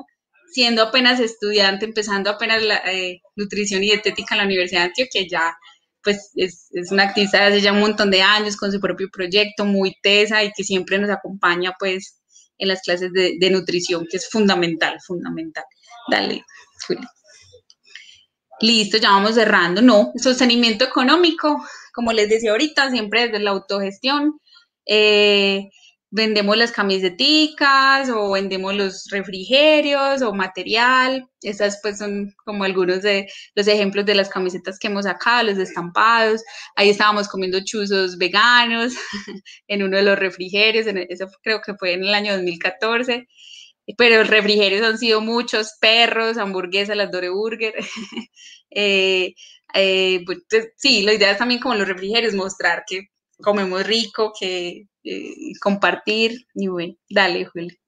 siendo apenas estudiante, empezando apenas la eh, nutrición y dietética en la Universidad de Antioquia, ya pues es, es una activista de hace ya un montón de años con su propio proyecto, muy tesa y que siempre nos acompaña pues en las clases de, de nutrición, que es fundamental, fundamental. Dale, Juli. Listo, ya vamos cerrando. No, sostenimiento económico, como les decía ahorita, siempre desde la autogestión. Eh, vendemos las camiseticas o vendemos los refrigerios o material. Estas pues son como algunos de los ejemplos de las camisetas que hemos sacado, los estampados. Ahí estábamos comiendo chuzos veganos en uno de los refrigerios, en el, eso creo que fue en el año dos mil catorce. Pero refrigerios han sido muchos, perros, hamburguesas, las Dore Burger. eh, eh, pues, sí, la idea es también como los refrigerios, mostrar que comemos rico, que eh, compartir. Y bueno, dale, Juli.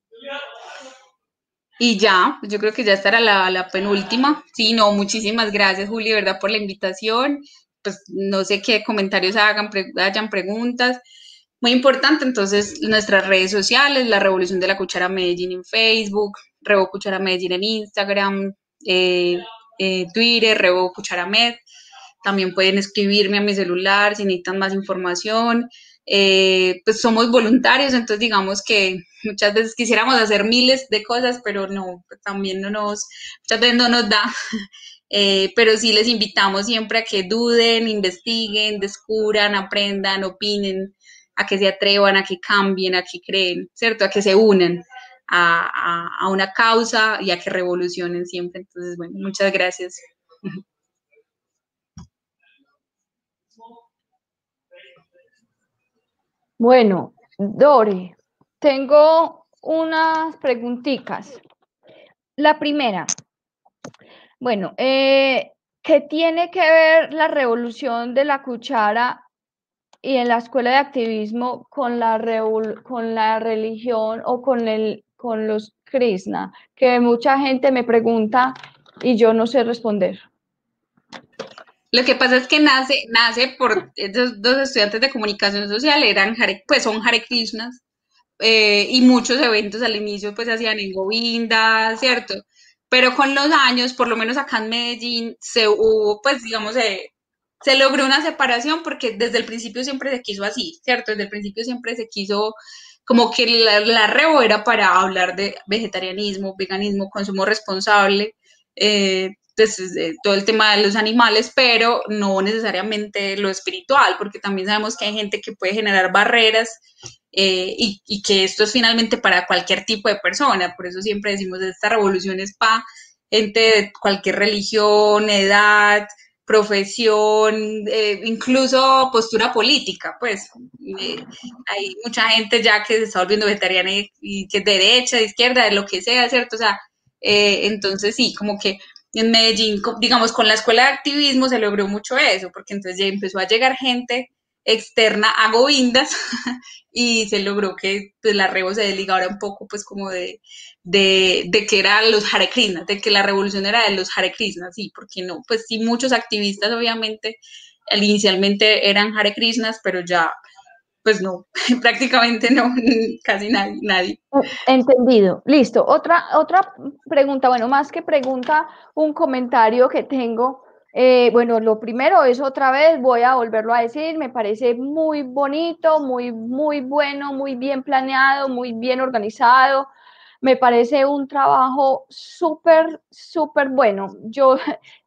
Y ya, yo creo que ya estará la, la penúltima. Sí, no, muchísimas gracias, Juli, ¿verdad? Por la invitación. Pues no sé qué comentarios hagan, pre hayan preguntas. Muy importante, entonces, nuestras redes sociales, la Revolución de la Cuchara Medellín en Facebook, Revo Cuchara Medellín en Instagram, eh, eh, Twitter, Revo Cuchara Med. También pueden escribirme a mi celular si necesitan más información. Eh, pues somos voluntarios, entonces digamos que muchas veces quisiéramos hacer miles de cosas, pero no, pues también no nos, muchas veces no nos da. Eh, pero sí les invitamos siempre a que duden, investiguen, descubran, aprendan, opinen, a que se atrevan, a que cambien, a que creen, ¿cierto? A que se unan a, a, a una causa y a que revolucionen siempre. Entonces, bueno, muchas gracias. Bueno, Dore, tengo unas preguntitas. La primera, bueno, eh, ¿qué tiene que ver la revolución de la cuchara y en la escuela de activismo con la, con la religión o con, el, con los Krishna? Que mucha gente me pregunta y yo no sé responder. Lo que pasa es que nace, nace por esos dos estudiantes de comunicación social, eran Hare, pues son Hare Krishnas, eh, y muchos eventos al inicio pues se hacían en Govinda, ¿cierto? Pero con los años, por lo menos acá en Medellín, se hubo, pues digamos, eh, se logró una separación porque desde el principio siempre se quiso así, ¿cierto? Desde el principio siempre se quiso como que la, la Revo era para hablar de vegetarianismo, veganismo, consumo responsable, eh, pues, eh, todo el tema de los animales, pero no necesariamente lo espiritual, porque también sabemos que hay gente que puede generar barreras eh, y, y que esto es finalmente para cualquier tipo de persona, por eso siempre decimos esta revolución es para gente de cualquier religión, edad, profesión, eh, incluso postura política, pues eh, hay mucha gente ya que se está volviendo vegetariana y, y que es de derecha, de izquierda, de lo que sea, ¿cierto? O sea, eh, entonces sí, como que en Medellín, digamos, con la escuela de activismo se logró mucho eso, porque entonces ya empezó a llegar gente externa a Govindas y se logró que pues, la Revo se desligara un poco pues como de, de, de que eran los Hare Krishna, de que la revolución era de los Hare Krishna, sí, porque no, pues sí, muchos activistas obviamente inicialmente eran Hare Krishnas, pero ya pues no, prácticamente no, casi nadie, nadie. Entendido, listo. Otra, otra pregunta, bueno, más que pregunta, un comentario que tengo. Eh, bueno, lo primero es otra vez, voy a volverlo a decir, me parece muy bonito, muy, muy bueno, muy bien planeado, muy bien organizado. Me parece un trabajo súper, súper bueno. Yo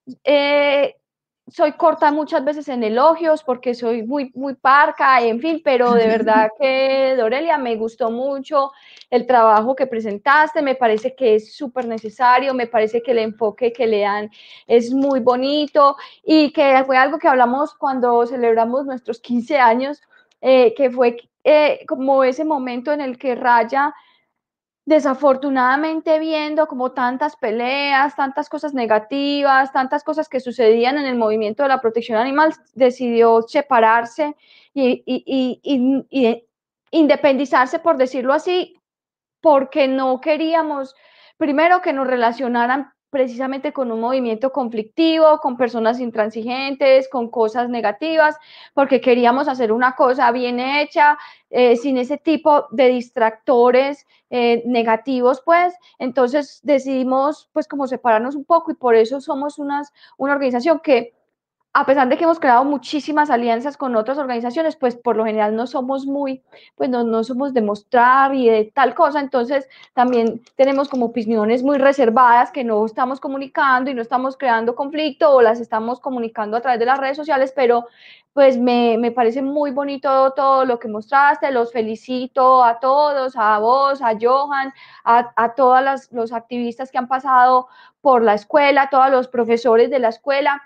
eh, soy corta muchas veces en elogios porque soy muy, muy parca, en fin, pero de verdad que, Dorelia, me gustó mucho el trabajo que presentaste, me parece que es súper necesario, me parece que el enfoque que le dan es muy bonito y que fue algo que hablamos cuando celebramos nuestros quince años, eh, que fue eh, como ese momento en el que Raya, desafortunadamente viendo como tantas peleas, tantas cosas negativas, tantas cosas que sucedían en el movimiento de la protección animal, decidió separarse y, y, y, y, y independizarse, por decirlo así, porque no queríamos, primero, que nos relacionaran precisamente con un movimiento conflictivo, con personas intransigentes, con cosas negativas, porque queríamos hacer una cosa bien hecha, eh, sin ese tipo de distractores eh, negativos, pues. Entonces decidimos, pues, como separarnos un poco, y por eso somos unas, una organización que, a pesar de que hemos creado muchísimas alianzas con otras organizaciones, pues por lo general no somos muy, pues no, no somos de mostrar y de tal cosa, entonces también tenemos como opiniones muy reservadas que no estamos comunicando y no estamos creando conflicto, o las estamos comunicando a través de las redes sociales, pero pues me, me parece muy bonito todo lo que mostraste, los felicito a todos, a vos, a Johan, a, a todos las, los activistas que han pasado por la escuela, a todos los profesores de la escuela.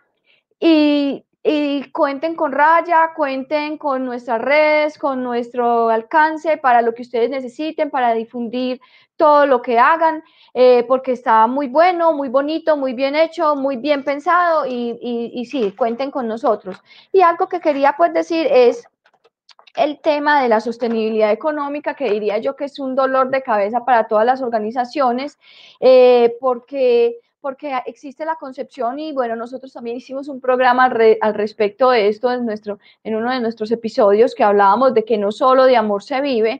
Y, y cuenten con Raya, cuenten con nuestras redes, con nuestro alcance para lo que ustedes necesiten, para difundir todo lo que hagan, eh, porque está muy bueno, muy bonito, muy bien hecho, muy bien pensado, y, y, y sí, cuenten con nosotros. Y algo que quería pues decir es el tema de la sostenibilidad económica, que diría yo que es un dolor de cabeza para todas las organizaciones, eh, porque... porque existe la concepción, y bueno, nosotros también hicimos un programa al, re, al respecto de esto en, nuestro, en uno de nuestros episodios, que hablábamos de que no solo de amor se vive,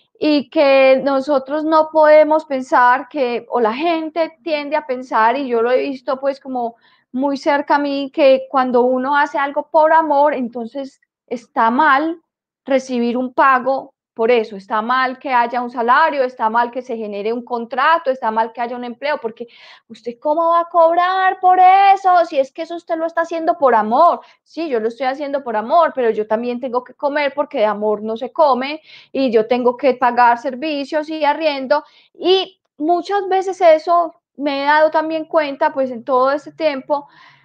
y que nosotros no podemos pensar que, o la gente tiende a pensar, y yo lo he visto pues como muy cerca a mí, que cuando uno hace algo por amor, entonces está mal recibir un pago por eso, está mal que haya un salario, está mal que se genere un contrato, está mal que haya un empleo, porque usted cómo va a cobrar por eso, si es que eso usted lo está haciendo por amor. Sí, yo lo estoy haciendo por amor, pero yo también tengo que comer, porque de amor no se come, y yo tengo que pagar servicios y arriendo, y muchas veces eso me he dado también cuenta, pues en todo este tiempo,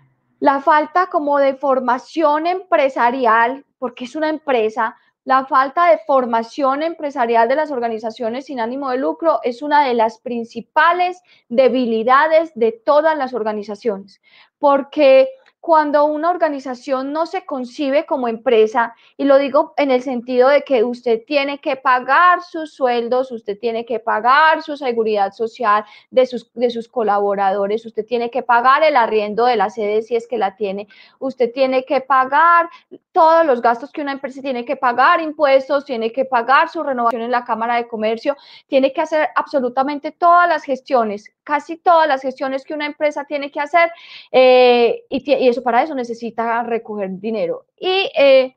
la falta como de formación empresarial, porque es una empresa. La falta de formación empresarial de las organizaciones sin ánimo de lucro es una de las principales debilidades de todas las organizaciones, porque cuando una organización no se concibe como empresa, y lo digo en el sentido de que usted tiene que pagar sus sueldos, usted tiene que pagar su seguridad social de sus, de sus colaboradores, usted tiene que pagar el arriendo de la sede si es que la tiene, usted tiene que pagar todos los gastos que una empresa tiene que pagar, impuestos, tiene que pagar su renovación en la Cámara de Comercio, tiene que hacer absolutamente todas las gestiones, casi todas las gestiones que una empresa tiene que hacer, eh, y, y eso, para eso necesita recoger dinero. Y eh,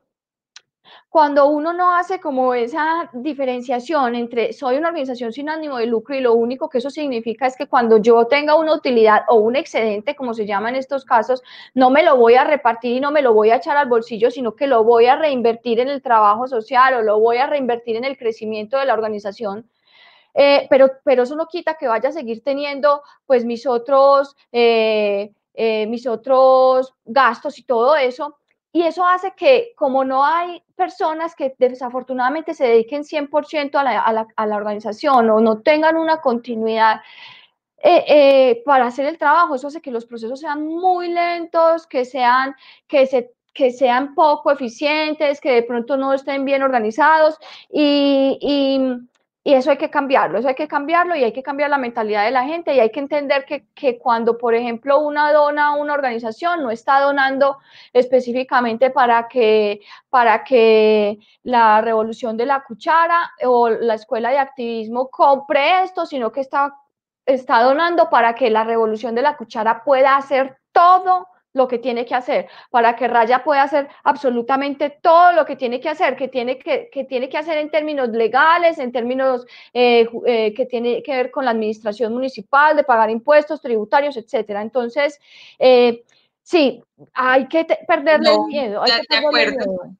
cuando uno no hace como esa diferenciación entre soy una organización sin ánimo de lucro, y lo único que eso significa es que cuando yo tenga una utilidad o un excedente, como se llama en estos casos, no me lo voy a repartir y no me lo voy a echar al bolsillo, sino que lo voy a reinvertir en el trabajo social, o lo voy a reinvertir en el crecimiento de la organización. Eh, pero, pero eso no quita que vaya a seguir teniendo pues mis otros, eh, eh, mis otros gastos y todo eso. Y eso hace que, como no hay personas que desafortunadamente se dediquen cien por ciento a la, a la, a la organización, o no tengan una continuidad eh, eh, para hacer el trabajo, eso hace que los procesos sean muy lentos, que sean, que se, que sean poco eficientes, que de pronto no estén bien organizados, y, y Y eso hay que cambiarlo, eso hay que cambiarlo, y hay que cambiar la mentalidad de la gente, y hay que entender que, que cuando, por ejemplo, una dona a una organización, no está donando específicamente para que, para que la Revolución de la Cuchara o la Escuela de Activismo compre esto, sino que está, está donando para que la Revolución de la Cuchara pueda hacer todo lo que tiene que hacer, para que Raya pueda hacer absolutamente todo lo que tiene que hacer, que tiene que, que, tiene que hacer en términos legales, en términos eh, eh, que tiene que ver con la administración municipal, de pagar impuestos, tributarios, etcétera. Entonces, eh, sí, hay que perderle No, el miedo, hay de, que de perderle acuerdo. el miedo.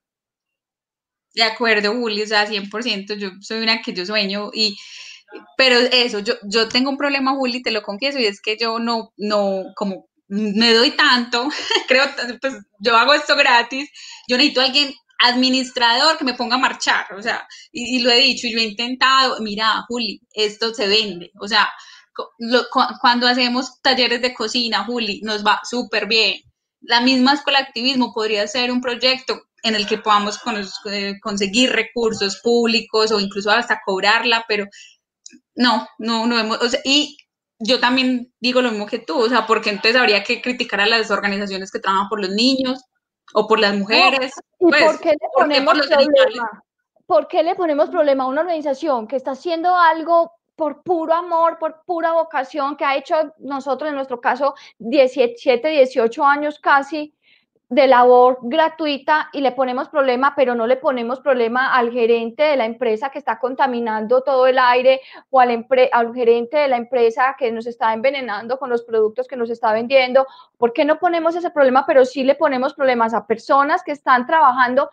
De acuerdo, Juli, o sea, cien por ciento, yo soy una que yo sueño, y pero eso, yo, yo tengo un problema, Juli, te lo confieso, y es que yo no, no, como me doy tanto, creo, pues yo hago esto gratis, yo necesito a alguien administrador que me ponga a marchar, o sea, y, y lo he dicho, y lo he intentado, mira, Juli, esto se vende, o sea, lo, cu cuando hacemos talleres de cocina, Juli, nos va súper bien. La misma escuela de activismo podría ser un proyecto en el que podamos con, eh, conseguir recursos públicos, o incluso hasta cobrarla, pero no, no, no hemos, o sea, y yo también digo lo mismo que tú, o sea, porque entonces habría que criticar a las organizaciones que trabajan por los niños o por las mujeres. No, ¿y pues, por qué le ¿por qué ponemos por los animales? problema? ¿Por qué le ponemos problema a una organización que está haciendo algo por puro amor, por pura vocación, que ha hecho nosotros, en nuestro caso, diecisiete, dieciocho años casi de labor gratuita, y le ponemos problema, pero no le ponemos problema al gerente de la empresa que está contaminando todo el aire, o al, empre al gerente de la empresa que nos está envenenando con los productos que nos está vendiendo? ¿Por qué no ponemos ese problema, pero sí le ponemos problemas a personas que están trabajando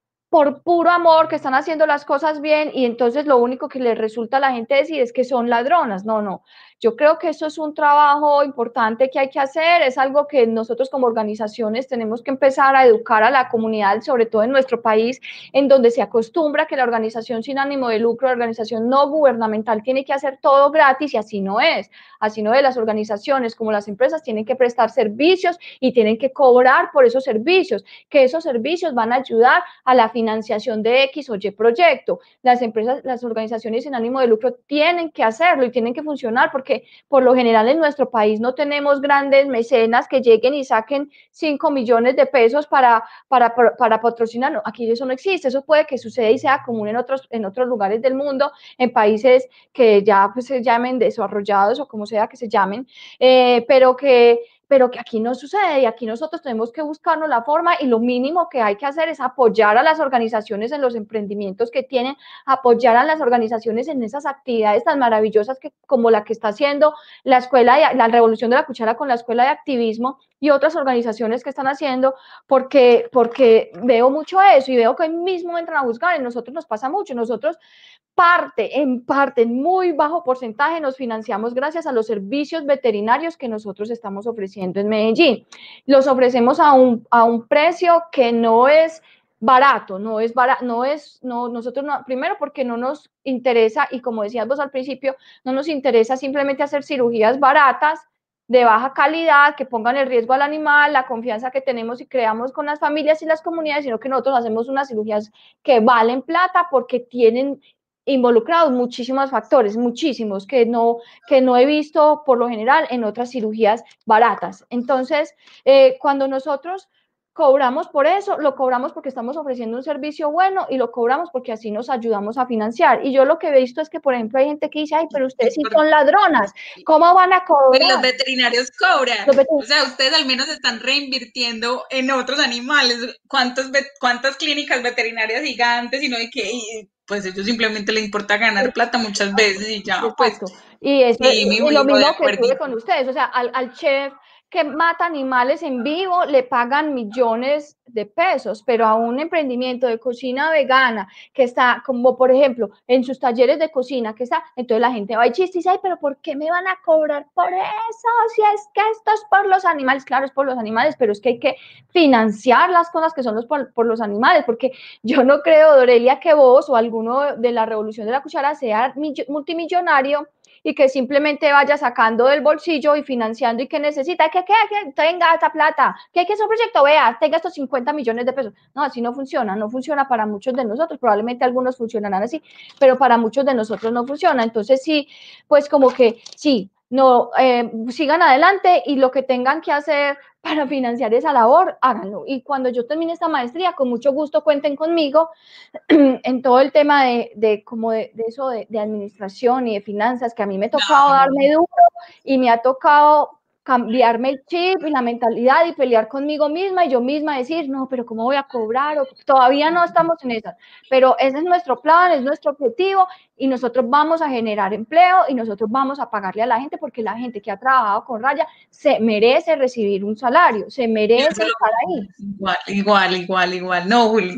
por puro amor, que están haciendo las cosas bien, y entonces lo único que les resulta a la gente decir es que son ladronas? No, no. Yo creo que eso es un trabajo importante que hay que hacer, es algo que nosotros como organizaciones tenemos que empezar a educar a la comunidad, sobre todo en nuestro país, en donde se acostumbra que la organización sin ánimo de lucro, la organización no gubernamental, tiene que hacer todo gratis, y así no es. Así no es. Las organizaciones como las empresas tienen que prestar servicios y tienen que cobrar por esos servicios, que esos servicios van a ayudar a la financiación de X o Y proyecto. Las empresas, las organizaciones sin ánimo de lucro tienen que hacerlo y tienen que funcionar, porque por lo general en nuestro país no tenemos grandes mecenas que lleguen y saquen cinco millones de pesos para, para, para patrocinar. No, aquí eso no existe. Eso puede que suceda y sea común en otros, en otros lugares del mundo, en países que ya pues, se llamen desarrollados o como sea que se llamen, eh, pero que pero que aquí no sucede, y aquí nosotros tenemos que buscarnos la forma, y lo mínimo que hay que hacer es apoyar a las organizaciones en los emprendimientos que tienen, apoyar a las organizaciones en esas actividades tan maravillosas que, como la que está haciendo la escuela, de, la Revolución de la Cuchara con la Escuela de Activismo y otras organizaciones que están haciendo, porque, porque veo mucho eso, y veo que hoy mismo entran a buscar, y a nosotros nos pasa mucho. Nosotros parte, en parte, en muy bajo porcentaje, nos financiamos gracias a los servicios veterinarios que nosotros estamos ofreciendo en Medellín. Los ofrecemos a un, a un precio que no es barato, no es barato, no es, no, nosotros no, primero porque no nos interesa, y como decías vos al principio, no nos interesa simplemente hacer cirugías baratas, de baja calidad, que pongan en riesgo al animal, la confianza que tenemos y creamos con las familias y las comunidades, sino que nosotros hacemos unas cirugías que valen plata, porque tienen involucrados muchísimos factores, muchísimos, que no, que no he visto por lo general en otras cirugías baratas. Entonces, eh, cuando nosotros cobramos por eso, lo cobramos porque estamos ofreciendo un servicio bueno, y lo cobramos porque así nos ayudamos a financiar. Y yo lo que he visto es que, por ejemplo, hay gente que dice, ay, pero ustedes sí son ladronas, ¿cómo van a cobrar? Pero los veterinarios cobran, los veterinarios. O sea, ustedes al menos están reinvirtiendo en otros animales. ¿Cuántos, cuántas clínicas veterinarias gigantes, y no hay que... Y, pues ellos simplemente les importa ganar plata muchas veces y ya, pues. Y, eso, sí, y, y lo mismo que ocurre con ustedes, o sea, al, al chef que mata animales en vivo le pagan millones de pesos, pero a un emprendimiento de cocina vegana que está, como por ejemplo, en sus talleres de cocina, que está, entonces la gente va y chiste y dice, ay, pero ¿por qué me van a cobrar por eso? Si es que esto es por los animales. Claro, es por los animales, pero es que hay que financiar las cosas que son los por, por los animales, porque yo no creo, Dorelia, que vos o alguno de la Revolución de la Cuchara sea multimillonario y que simplemente vaya sacando del bolsillo y financiando, y que necesita, que, que, que tenga esta plata, que hay que hacer un proyecto, vea, tenga estos cincuenta millones de pesos. No, así no funciona, no funciona para muchos de nosotros, probablemente algunos funcionarán así, pero para muchos de nosotros no funciona. Entonces sí, pues como que sí, no, eh, sigan adelante, y lo que tengan que hacer para financiar esa labor, háganlo. Y cuando yo termine esta maestría, con mucho gusto cuenten conmigo en todo el tema de, de, como de, de eso, de, de administración y de finanzas, que a mí me ha tocado no. darme duro, y me ha tocado cambiarme el chip y la mentalidad, y pelear conmigo misma, y yo misma decir, no, pero ¿cómo voy a cobrar? O, todavía no estamos en esas, pero ese es nuestro plan, es nuestro objetivo, y nosotros vamos a generar empleo, y nosotros vamos a pagarle a la gente, porque la gente que ha trabajado con Raya se merece recibir un salario, se merece estar ahí. Igual, igual, igual, igual. No, Juli,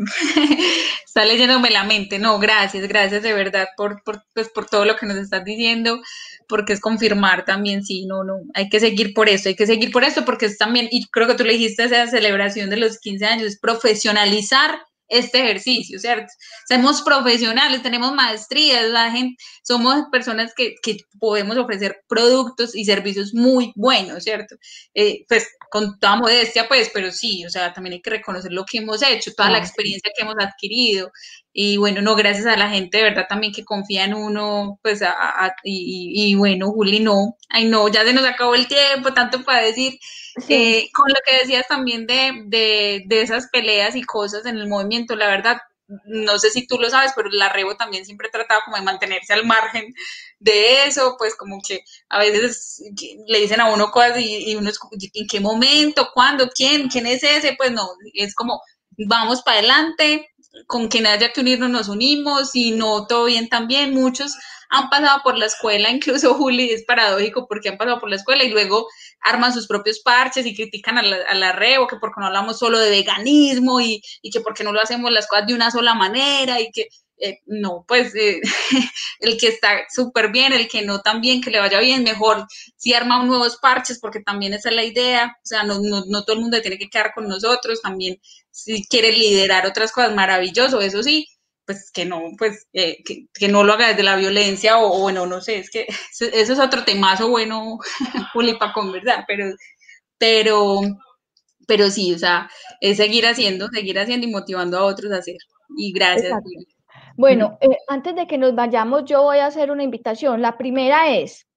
está leyéndome la mente. No, gracias, gracias de verdad por, por, pues, por todo lo que nos estás diciendo, porque es confirmar también, sí, no, no, hay que seguir por esto, hay que seguir por esto, porque es también, y creo que tú le dijiste, esa celebración de los quince años, es profesionalizar este ejercicio, ¿cierto? Somos profesionales, tenemos maestrías, la gente, somos personas que, que podemos ofrecer productos y servicios muy buenos, ¿cierto? Eh, pues con toda modestia, pues, pero sí, o sea, también hay que reconocer lo que hemos hecho, toda la experiencia que hemos adquirido, Y bueno, no, gracias a la gente de verdad también que confía en uno, pues, a, a, y, y bueno, Juli, no, ay no, ya se nos acabó el tiempo, tanto para decir, sí. eh, con lo que decías también de, de, de esas peleas y cosas en el movimiento, la verdad, no sé si tú lo sabes, pero la Revo también siempre trataba como de mantenerse al margen de eso, pues como que a veces le dicen a uno cosas y, y uno es, ¿en qué momento? ¿Cuándo? ¿Quién? ¿Quién es ese? Pues no, es como, vamos para adelante, con quien haya que unirnos nos unimos, y no, todo bien también. Muchos han pasado por la escuela, incluso Juli, es paradójico porque han pasado por la escuela y luego arman sus propios parches y critican a la, a la Revo, que porque no hablamos solo de veganismo y, y que porque no lo hacemos las cosas de una sola manera y que eh, no, pues eh, el que está súper bien, el que no tan bien, que le vaya bien, mejor si arma nuevos parches, porque también esa es la idea, o sea, no, no, no todo el mundo tiene que quedar con nosotros, también si quiere liderar otras cosas, maravilloso, eso sí, pues que no, pues eh, que, que no lo haga desde la violencia o, o bueno, no sé, es que eso, eso es otro temazo bueno, Juli, para conversar, pero, pero, pero sí, o sea, es seguir haciendo, seguir haciendo y motivando a otros a hacer, y gracias, Exacto. Juli. Bueno, eh, antes de que nos vayamos, yo voy a hacer una invitación. La primera es,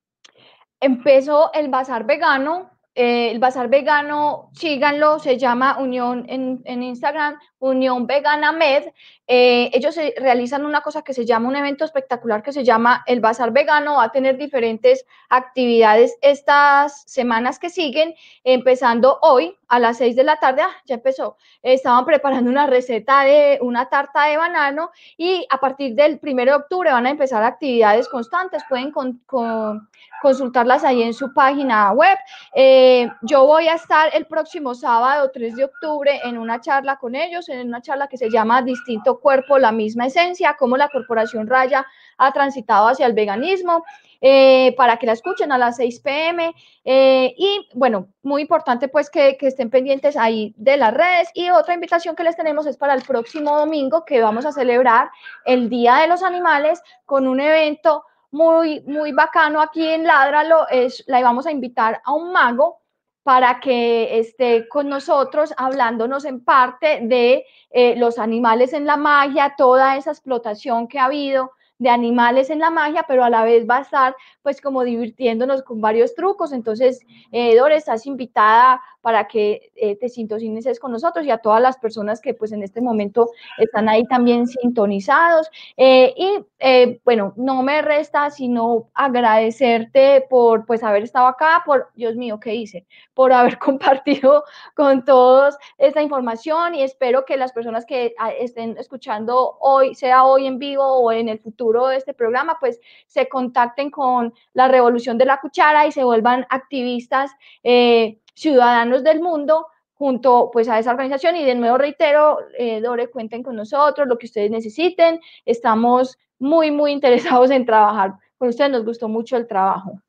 empezó el Bazar Vegano, eh, el Bazar Vegano, síganlo, se llama Unión en, en Instagram, Unión Vegana Med. Eh, ellos se realizan una cosa que se llama un evento espectacular que se llama el Bazar Vegano, va a tener diferentes actividades estas semanas que siguen, empezando hoy a las seis de la tarde, ah, ya empezó, estaban preparando una receta de una tarta de banano y a partir del primero de octubre van a empezar actividades constantes, pueden con, con, consultarlas ahí en su página web. Eh, yo voy a estar el próximo sábado tres de octubre en una charla con ellos, en una charla que se llama Distinto Cuerpo, la misma esencia, cómo la Corporación Raya ha transitado hacia el veganismo, eh, para que la escuchen a las seis pe eme, eh, y bueno, muy importante pues que, que estén pendientes ahí de las redes. Y otra invitación que les tenemos es para el próximo domingo, que vamos a celebrar el Día de los Animales con un evento muy, muy bacano aquí en Ládralo. Es, la vamos a invitar a un mago para que esté con nosotros hablándonos en parte de eh, los animales en la magia, toda esa explotación que ha habido de animales en la magia, pero a la vez va a estar pues como divirtiéndonos con varios trucos. Entonces, eh, Dore, estás invitada para que eh, te sintonices con nosotros, y a todas las personas que pues en este momento están ahí también sintonizados. Eh, y eh, bueno, no me resta sino agradecerte por pues haber estado acá, por, Dios mío, ¿qué hice? Por haber compartido con todos esta información, y espero que las personas que estén escuchando hoy, sea hoy en vivo o en el futuro de este programa, pues se contacten con la Revolución de la Cuchara y se vuelvan activistas eh, ciudadanos del mundo junto pues a esa organización. Y de nuevo reitero, eh, Dore, cuenten con nosotros, lo que ustedes necesiten, estamos muy muy interesados en trabajar con ustedes, nos gustó mucho el trabajo.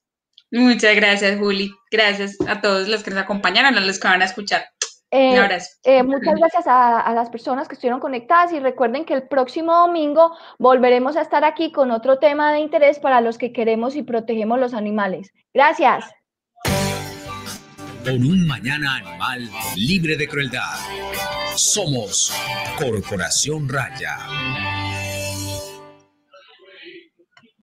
Muchas gracias, Juli, gracias a todos los que nos acompañaron, a los que van a escuchar. Eh, Un abrazo. Eh, muchas gracias a, a las personas que estuvieron conectadas, y recuerden que el próximo domingo volveremos a estar aquí con otro tema de interés para los que queremos y protegemos los animales. Gracias. Por un mañana animal libre de crueldad. Somos Corporación Raya.